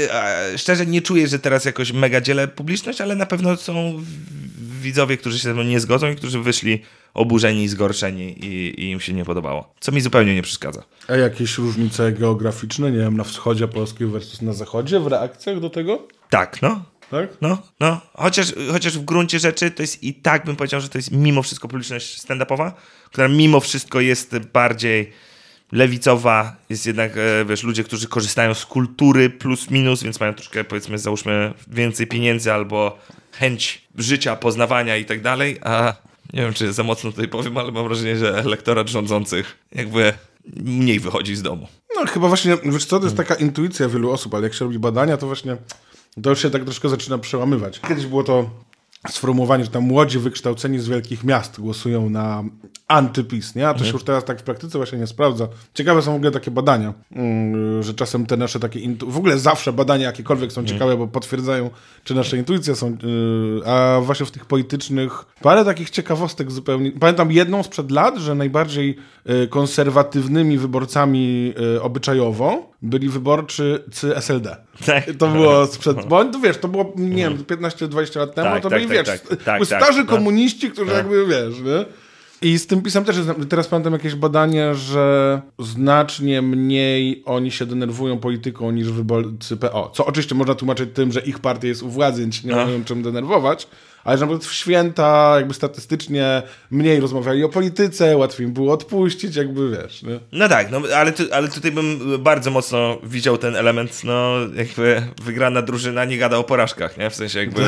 yy, szczerze nie czuję, że teraz jakoś mega dzielę publiczność, ale na pewno są widzowie, którzy się ze mną nie zgodzą i którzy wyszli oburzeni i zgorszeni i, i im się nie podobało. Co mi zupełnie nie przeszkadza.
A jakieś różnice geograficzne, nie wiem, na wschodzie Polski versus na zachodzie w reakcjach do tego?
Tak, no.
Tak?
No, no. Chociaż, chociaż w gruncie rzeczy to jest i tak bym powiedział, że to jest mimo wszystko publiczność stand-upowa, która mimo wszystko jest bardziej lewicowa, jest jednak, wiesz, ludzie, którzy korzystają z kultury plus minus, więc mają troszkę, powiedzmy, załóżmy więcej pieniędzy albo chęć życia, poznawania i tak dalej, a nie wiem, czy za mocno tutaj powiem, ale mam wrażenie, że elektorat rządzących jakby mniej wychodzi z domu.
No chyba właśnie, wiesz co, to jest taka intuicja wielu osób, ale jak się robi badania, to właśnie to już się tak troszkę zaczyna przełamywać. Kiedyś było to sformułowanie, że tam młodzi wykształceni z wielkich miast głosują na antypis, nie? A to się już teraz tak w praktyce właśnie nie sprawdza. Ciekawe są w ogóle takie badania, że czasem te nasze takie... Intu... W ogóle zawsze badania jakiekolwiek są ciekawe, bo potwierdzają, czy nasze intuicje są... A właśnie w tych politycznych... Parę takich ciekawostek zupełnie... Pamiętam jedną sprzed lat, że najbardziej konserwatywnymi wyborcami obyczajowo byli wyborczycy S L D.
Tak.
To było sprzed... Bo to wiesz, to było, nie wiem, piętnaście dwadzieścia lat temu,
tak,
to
tak,
byli,
tak,
wiesz,
tak, tak,
starzy
tak,
komuniści, którzy
tak.
jakby, wiesz, nie? I z tym pisem też jest, teraz pamiętam jakieś badanie, że znacznie mniej oni się denerwują polityką niż wyborcy P O. Co oczywiście można tłumaczyć tym, że ich partia jest u władzy, więc nie mają czym denerwować, ale że na przykład w święta jakby statystycznie mniej rozmawiali o polityce, łatwiej im było odpuścić, jakby wiesz. Nie?
No tak, no, ale, tu, ale tutaj bym bardzo mocno widział ten element, no jakby wygrana drużyna nie gada o porażkach, nie? W sensie jakby...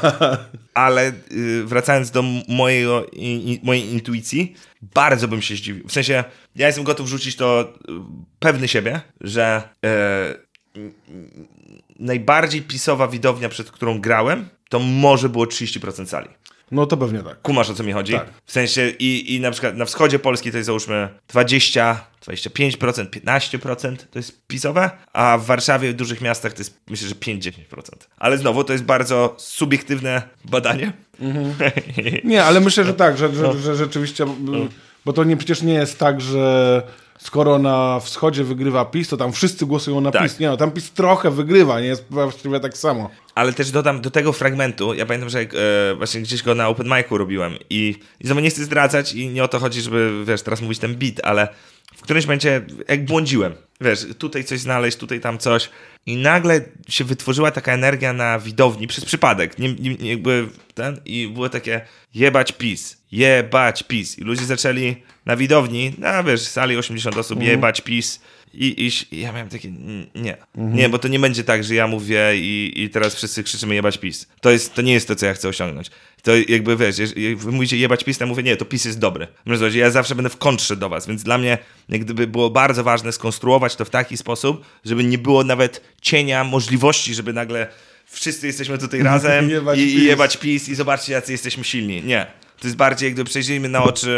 Ale y, wracając do mojego, i, mojej intuicji, bardzo bym się zdziwił. W sensie ja jestem gotów rzucić to y, pewny siebie, że y, y, najbardziej pisowa widownia, przed którą grałem, to może było trzydzieści procent sali.
No to pewnie tak.
Kumasz, o co mi chodzi?
Tak.
W sensie i, i na przykład na wschodzie Polski to jest załóżmy dwadzieścia, dwadzieścia pięć procent, piętnaście procent to jest pisowe, a w Warszawie w dużych miastach to jest myślę, że pięć do dziesięciu procent. Ale znowu to jest bardzo subiektywne badanie. Mhm.
Nie, ale myślę, że tak, że, że, no. że rzeczywiście, no. Bo to nie, przecież nie jest tak, że skoro na wschodzie wygrywa PiS, to tam wszyscy głosują na tak. PiS. Nie no, tam PiS trochę wygrywa, nie jest właściwie tak samo.
Ale też dodam do tego fragmentu, ja pamiętam, że e, właśnie gdzieś go na open micu robiłem i, i znowu nie chcę zdradzać i nie o to chodzi, żeby, wiesz, teraz mówić ten beat, ale w którymś momencie jak błądziłem, wiesz, tutaj coś znaleźć, tutaj tam coś i nagle się wytworzyła taka energia na widowni przez przypadek, nie, nie, nie jakby ten i było takie jebać PiS, jebać PiS i ludzie zaczęli na widowni, no wiesz, sali osiemdziesiąt osób, mm. jebać PiS. I, i, I ja miałem takie, nie, mhm. nie, bo to nie będzie tak, że ja mówię i, i teraz wszyscy krzyczymy jebać PiS. To, jest, to nie jest to, co ja chcę osiągnąć. To jakby, wiesz, jak wy mówicie jebać PiS, to ja mówię, nie, to PiS jest dobry. Ja zawsze będę w kontrze do was, więc dla mnie jak gdyby było bardzo ważne skonstruować to w taki sposób, żeby nie było nawet cienia możliwości, żeby nagle wszyscy jesteśmy tutaj razem
jebać
i,
PiS.
i jebać PiS i zobaczcie, jacy jesteśmy silni. Nie. To jest bardziej, jak gdyby przejrzyjmy na oczy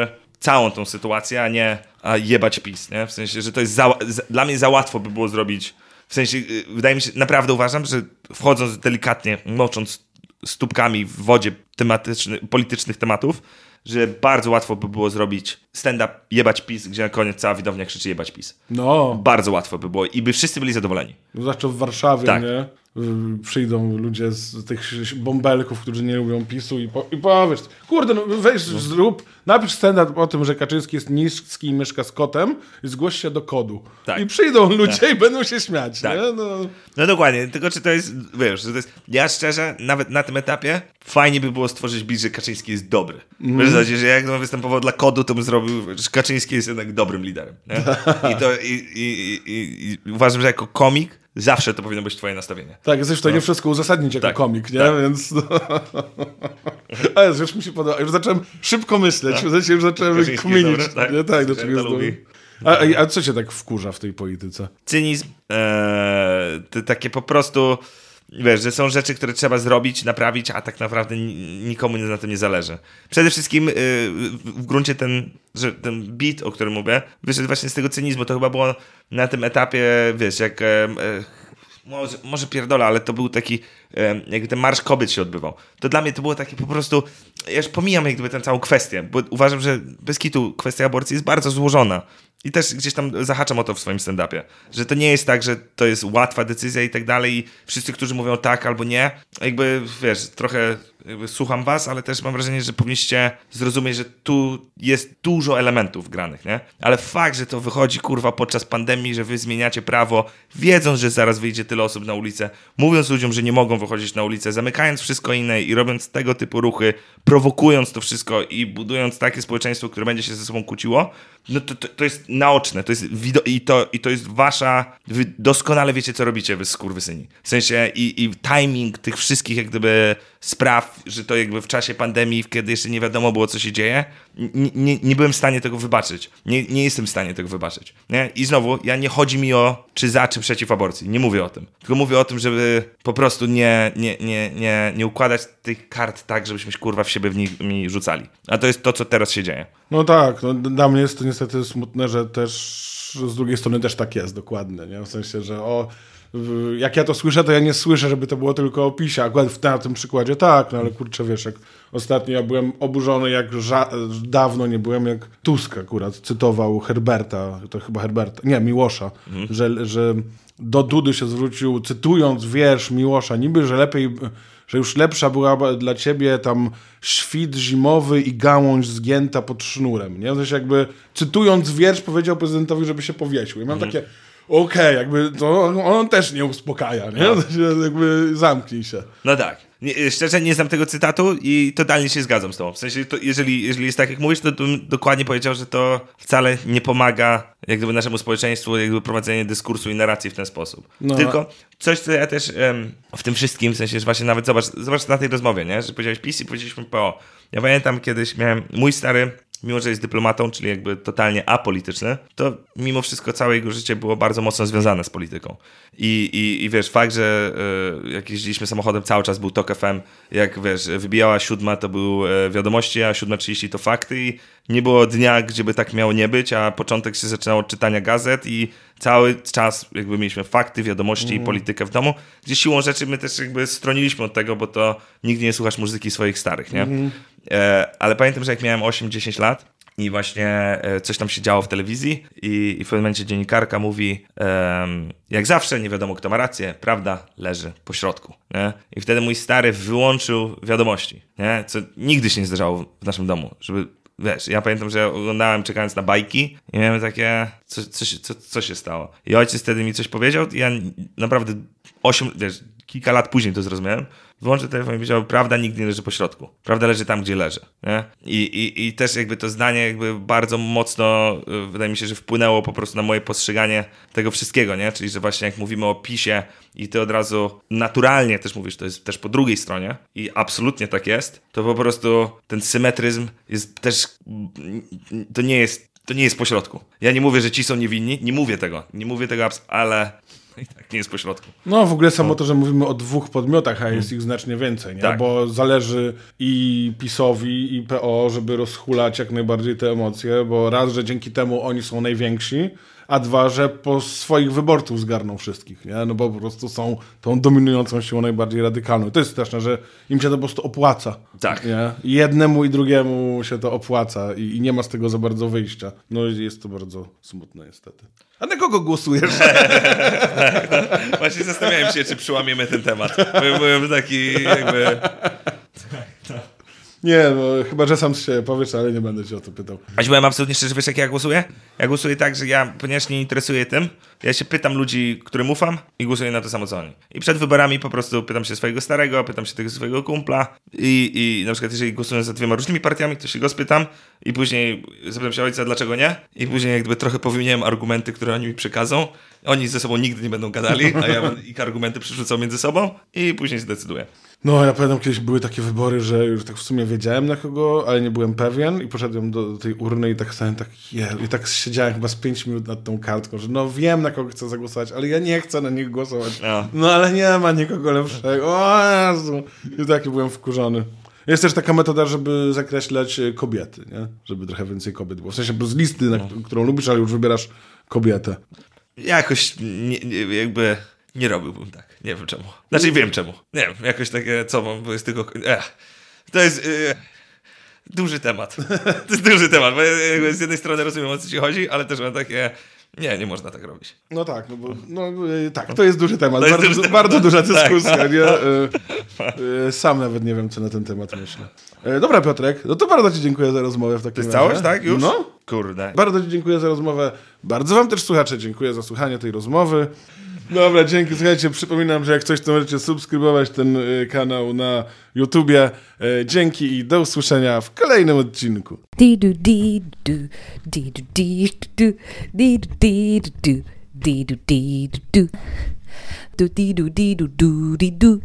całą tą sytuację, a nie a jebać PiS, nie? W sensie, że to jest za, za, dla mnie za łatwo by było zrobić, w sensie, wydaje mi się, naprawdę uważam, że wchodząc delikatnie, mocząc stópkami w wodzie tematyczny, politycznych tematów, że bardzo łatwo by było zrobić stand-up jebać PiS, gdzie na koniec cała widownia krzyczy jebać PiS.
No.
Bardzo łatwo by było i by wszyscy byli zadowoleni.
Zwłaszcza w Warszawie,
Tak.
nie? Przyjdą ludzie z tych bąbelków, którzy nie lubią PiSu i, po, i powiesz, kurde, no weź, zrób, napisz stand-up o tym, że Kaczyński jest niski i mieszka z kotem i zgłoś się do kodu.
Tak.
I przyjdą ludzie
Tak.
i będą się śmiać,
Tak.
nie? No.
No dokładnie, tylko czy to jest, wiesz, że to jest, ja szczerze, nawet na tym etapie fajnie by było stworzyć bit, że Kaczyński jest dobry. Mm. Wiesz, znaczy, że jak występował dla kodu, to bym zrobił, że Kaczyński jest jednak dobrym liderem. Nie? I, to, i, i, i, i uważam, że jako komik zawsze to powinno być twoje nastawienie.
Tak, jesteś w stanie
No.
wszystko uzasadnić jako
Tak.
komik, nie?
Tak.
Więc... No. A jest, już mi się podoba. Już zacząłem szybko myśleć.
Tak.
W sensie już zacząłem
Kaczyński
kminić.
jest dobry, tak?
Nie, tak, do
Ja
czego
to
jest
lubię.
dobry. A, a, a co cię tak wkurza w tej polityce?
Cynizm, e, to takie po prostu, wiesz, że są rzeczy, które trzeba zrobić, naprawić, a tak naprawdę nikomu na tym nie zależy. Przede wszystkim e, w gruncie ten, że ten beat, o którym mówię, wyszedł właśnie z tego cynizmu. To chyba było na tym etapie, wiesz, jak e, e, może, może pierdolę, ale to był taki, e, jak ten Marsz Kobiet się odbywał. To dla mnie to było takie po prostu, ja już pomijam jak gdyby tę całą kwestię, bo uważam, że bez kitu kwestia aborcji jest bardzo złożona. I też gdzieś tam zahaczam o to w swoim stand-upie, że to nie jest tak, że to jest łatwa decyzja i tak dalej i wszyscy, którzy mówią tak albo nie, jakby, wiesz, trochę jakby słucham was, ale też mam wrażenie, że powinniście zrozumieć, że tu jest dużo elementów granych, nie? Ale fakt, że to wychodzi, kurwa, podczas pandemii, że wy zmieniacie prawo, wiedząc, że zaraz wyjdzie tyle osób na ulicę, mówiąc ludziom, że nie mogą wychodzić na ulicę, zamykając wszystko inne i robiąc tego typu ruchy, prowokując to wszystko i budując takie społeczeństwo, które będzie się ze sobą kłóciło, no to, to, to jest naoczne, to jest wido- i, to, i to jest wasza, wy doskonale wiecie, co robicie, wy skurwysyni. W sensie i, i timing tych wszystkich jak gdyby spraw, że to jakby w czasie pandemii, kiedy jeszcze nie wiadomo było, co się dzieje, nie, nie, nie byłem w stanie tego wybaczyć. Nie, nie jestem w stanie tego wybaczyć. Nie? I znowu, ja nie chodzi mi o czy za, czy przeciw aborcji. Nie mówię o tym. Tylko mówię o tym, żeby po prostu nie, nie, nie, nie, nie układać tych kart tak, żebyśmy się kurwa w siebie w nimi rzucali. A to jest to, co teraz się dzieje.
No tak, no, dla mnie jest to niestety smutne, że też z drugiej strony też tak jest, dokładnie, nie? W sensie, że o, jak ja to słyszę, to ja nie słyszę, żeby to było tylko o PiSie. Akurat na tym przykładzie tak, no ale kurczę, wiesz, jak ostatnio ja byłem oburzony, jak ża- dawno nie byłem, jak Tusk akurat cytował Herberta, to chyba Herberta, nie, Miłosza, mhm. że, że do Dudy się zwrócił, cytując wiersz Miłosza, niby, że lepiej... że już lepsza była dla ciebie tam świt zimowy i gałąź zgięta pod sznurem, nie? W sensie jakby cytując wiersz powiedział prezydentowi, żeby się powiesił. I mam mm. takie, okej, okay, jakby to on też nie uspokaja, nie? No. W sensie jakby zamknij się.
No tak. Nie, szczerze nie znam tego cytatu i totalnie się zgadzam z tobą. W sensie, to jeżeli, jeżeli jest tak, jak mówisz, to bym dokładnie powiedział, że to wcale nie pomaga jak gdyby naszemu społeczeństwu, jak gdyby prowadzenie dyskursu i narracji w ten sposób. No. Tylko coś, co ja też um, w tym wszystkim, w sensie, że właśnie nawet zobacz, zobacz na tej rozmowie, nie? Że powiedziałeś PiS i powiedzieliśmy P O. Ja pamiętam kiedyś miałem, mój stary, mimo że jest dyplomatą, czyli jakby totalnie apolityczny, to mimo wszystko całe jego życie było bardzo mocno związane z polityką. I, i, i wiesz, fakt, że y, jak jeździliśmy samochodem, cały czas był Tok F M, jak wiesz, wybijała siódma, to były y, wiadomości, a siódma trzydzieści to fakty i nie było dnia, gdzie by tak miało nie być, a początek się zaczynało od czytania gazet i cały czas jakby mieliśmy fakty, wiadomości mm. i politykę w domu, gdzie siłą rzeczy my też jakby stroniliśmy od tego, bo to nigdy nie słuchasz muzyki swoich starych, nie? Mm. E, ale pamiętam, że jak miałem osiem dziesięć lat i właśnie e, coś tam się działo w telewizji i, i w pewnym momencie dziennikarka mówi e, jak zawsze nie wiadomo kto ma rację, prawda leży po środku, nie? I wtedy mój stary wyłączył wiadomości, nie? Co nigdy się nie zdarzało w naszym domu, żeby wiesz, ja pamiętam, że oglądałem czekając na bajki i miałem takie, co, co, co, co się stało? I ojciec wtedy mi coś powiedział i ja naprawdę osiem, wiesz, kilka lat później to zrozumiałem. Wyłączył telefon i powiedział, prawda nigdy nie leży po środku. Prawda leży tam, gdzie leży. Nie? I, i, I też jakby to zdanie jakby bardzo mocno, wydaje mi się, że wpłynęło po prostu na moje postrzeganie tego wszystkiego, nie? Czyli, że właśnie jak mówimy o PiSie i ty od razu naturalnie też mówisz, to jest też po drugiej stronie i absolutnie tak jest, to po prostu ten symetryzm jest też, to nie jest, to nie jest po środku. Ja nie mówię, że ci są niewinni, nie mówię tego, nie mówię tego, ale... i tak nie jest pośrodku.
No w ogóle samo to, że mówimy o dwóch podmiotach, a jest ich znacznie więcej, nie?
Tak.
Bo zależy i PiS-owi, i P O, żeby rozhulać jak najbardziej te emocje, bo raz, że dzięki temu oni są najwięksi, a dwa, że po swoich wyborców zgarną wszystkich, nie? No bo po prostu są tą dominującą siłą najbardziej radykalną. I to jest straszne, że im się to po prostu opłaca.
Tak.
Nie? I jednemu i drugiemu się to opłaca i, i nie ma z tego za bardzo wyjścia. No i jest to bardzo smutne niestety. A na kogo głosujesz?
Właśnie zastanawiałem się, czy przyłamiemy ten temat. Byłem, byłem taki jakby...
Nie, no chyba, że sam z siebie powiesz, ale nie będę cię o to pytał.
A byłem absolutnie szczery, wiesz jak ja głosuję? Ja głosuję tak, że ja, ponieważ nie interesuję tym, ja się pytam ludzi, którym ufam i głosuję na to samo co oni. I przed wyborami po prostu pytam się swojego starego, pytam się tego swojego kumpla i, i na przykład jeżeli głosuję za dwiema różnymi partiami, to się go spytam i później zapytam się ojca, dlaczego nie? I później jak gdyby trochę powymieniałem argumenty, które oni mi przekazą. Oni ze sobą nigdy nie będą gadali, a ja będę ich argumenty przerzucał między sobą i później zdecyduję.
No, ja pamiętam, kiedyś były takie wybory, że już tak w sumie wiedziałem na kogo, ale nie byłem pewien i poszedłem do, do tej urny i tak stałem tak, je, i tak siedziałem chyba z pięć minut nad tą kartką, że no wiem, na kogo chcę zagłosować, ale ja nie chcę na nich głosować.
No.
No, ale nie ma nikogo lepszego. O Jezu. I taki byłem wkurzony. Jest też taka metoda, żeby zakreślać kobiety, nie? Żeby trochę więcej kobiet było. W sensie z listy, na, którą lubisz, ale już wybierasz kobietę.
Ja jakoś nie, nie, jakby nie robiłbym tak. Nie wiem czemu. Znaczy wiem czemu. Nie wiem, jakoś takie, co mam, bo jest tylko... Ech. To jest yy, duży temat. To jest duży temat, bo ja z jednej strony rozumiem, o co ci chodzi, ale też mam takie... Nie, nie można tak robić.
No tak, no bo no, yy, tak, to jest duży temat.
To jest
bardzo,
duży temat.
bardzo duża dyskusja,
Tak.
nie? Yy, yy, sam nawet nie wiem, co na ten temat myślę. Yy, dobra, Piotrek, no to bardzo ci dziękuję za rozmowę w takim
To jest
razie.
całość, tak? Już?
No.
Kurde.
Bardzo ci dziękuję za rozmowę. Bardzo wam też, słuchacze, dziękuję za słuchanie tej rozmowy. Dobra, dzięki. Słuchajcie, przypominam, że jak coś, to możecie subskrybować ten y, kanał na YouTubie. Y, dzięki i do usłyszenia w kolejnym odcinku.
Dee do dee do dee do dee do dee do dee do dee do dee do do do dee do dee do do dee do.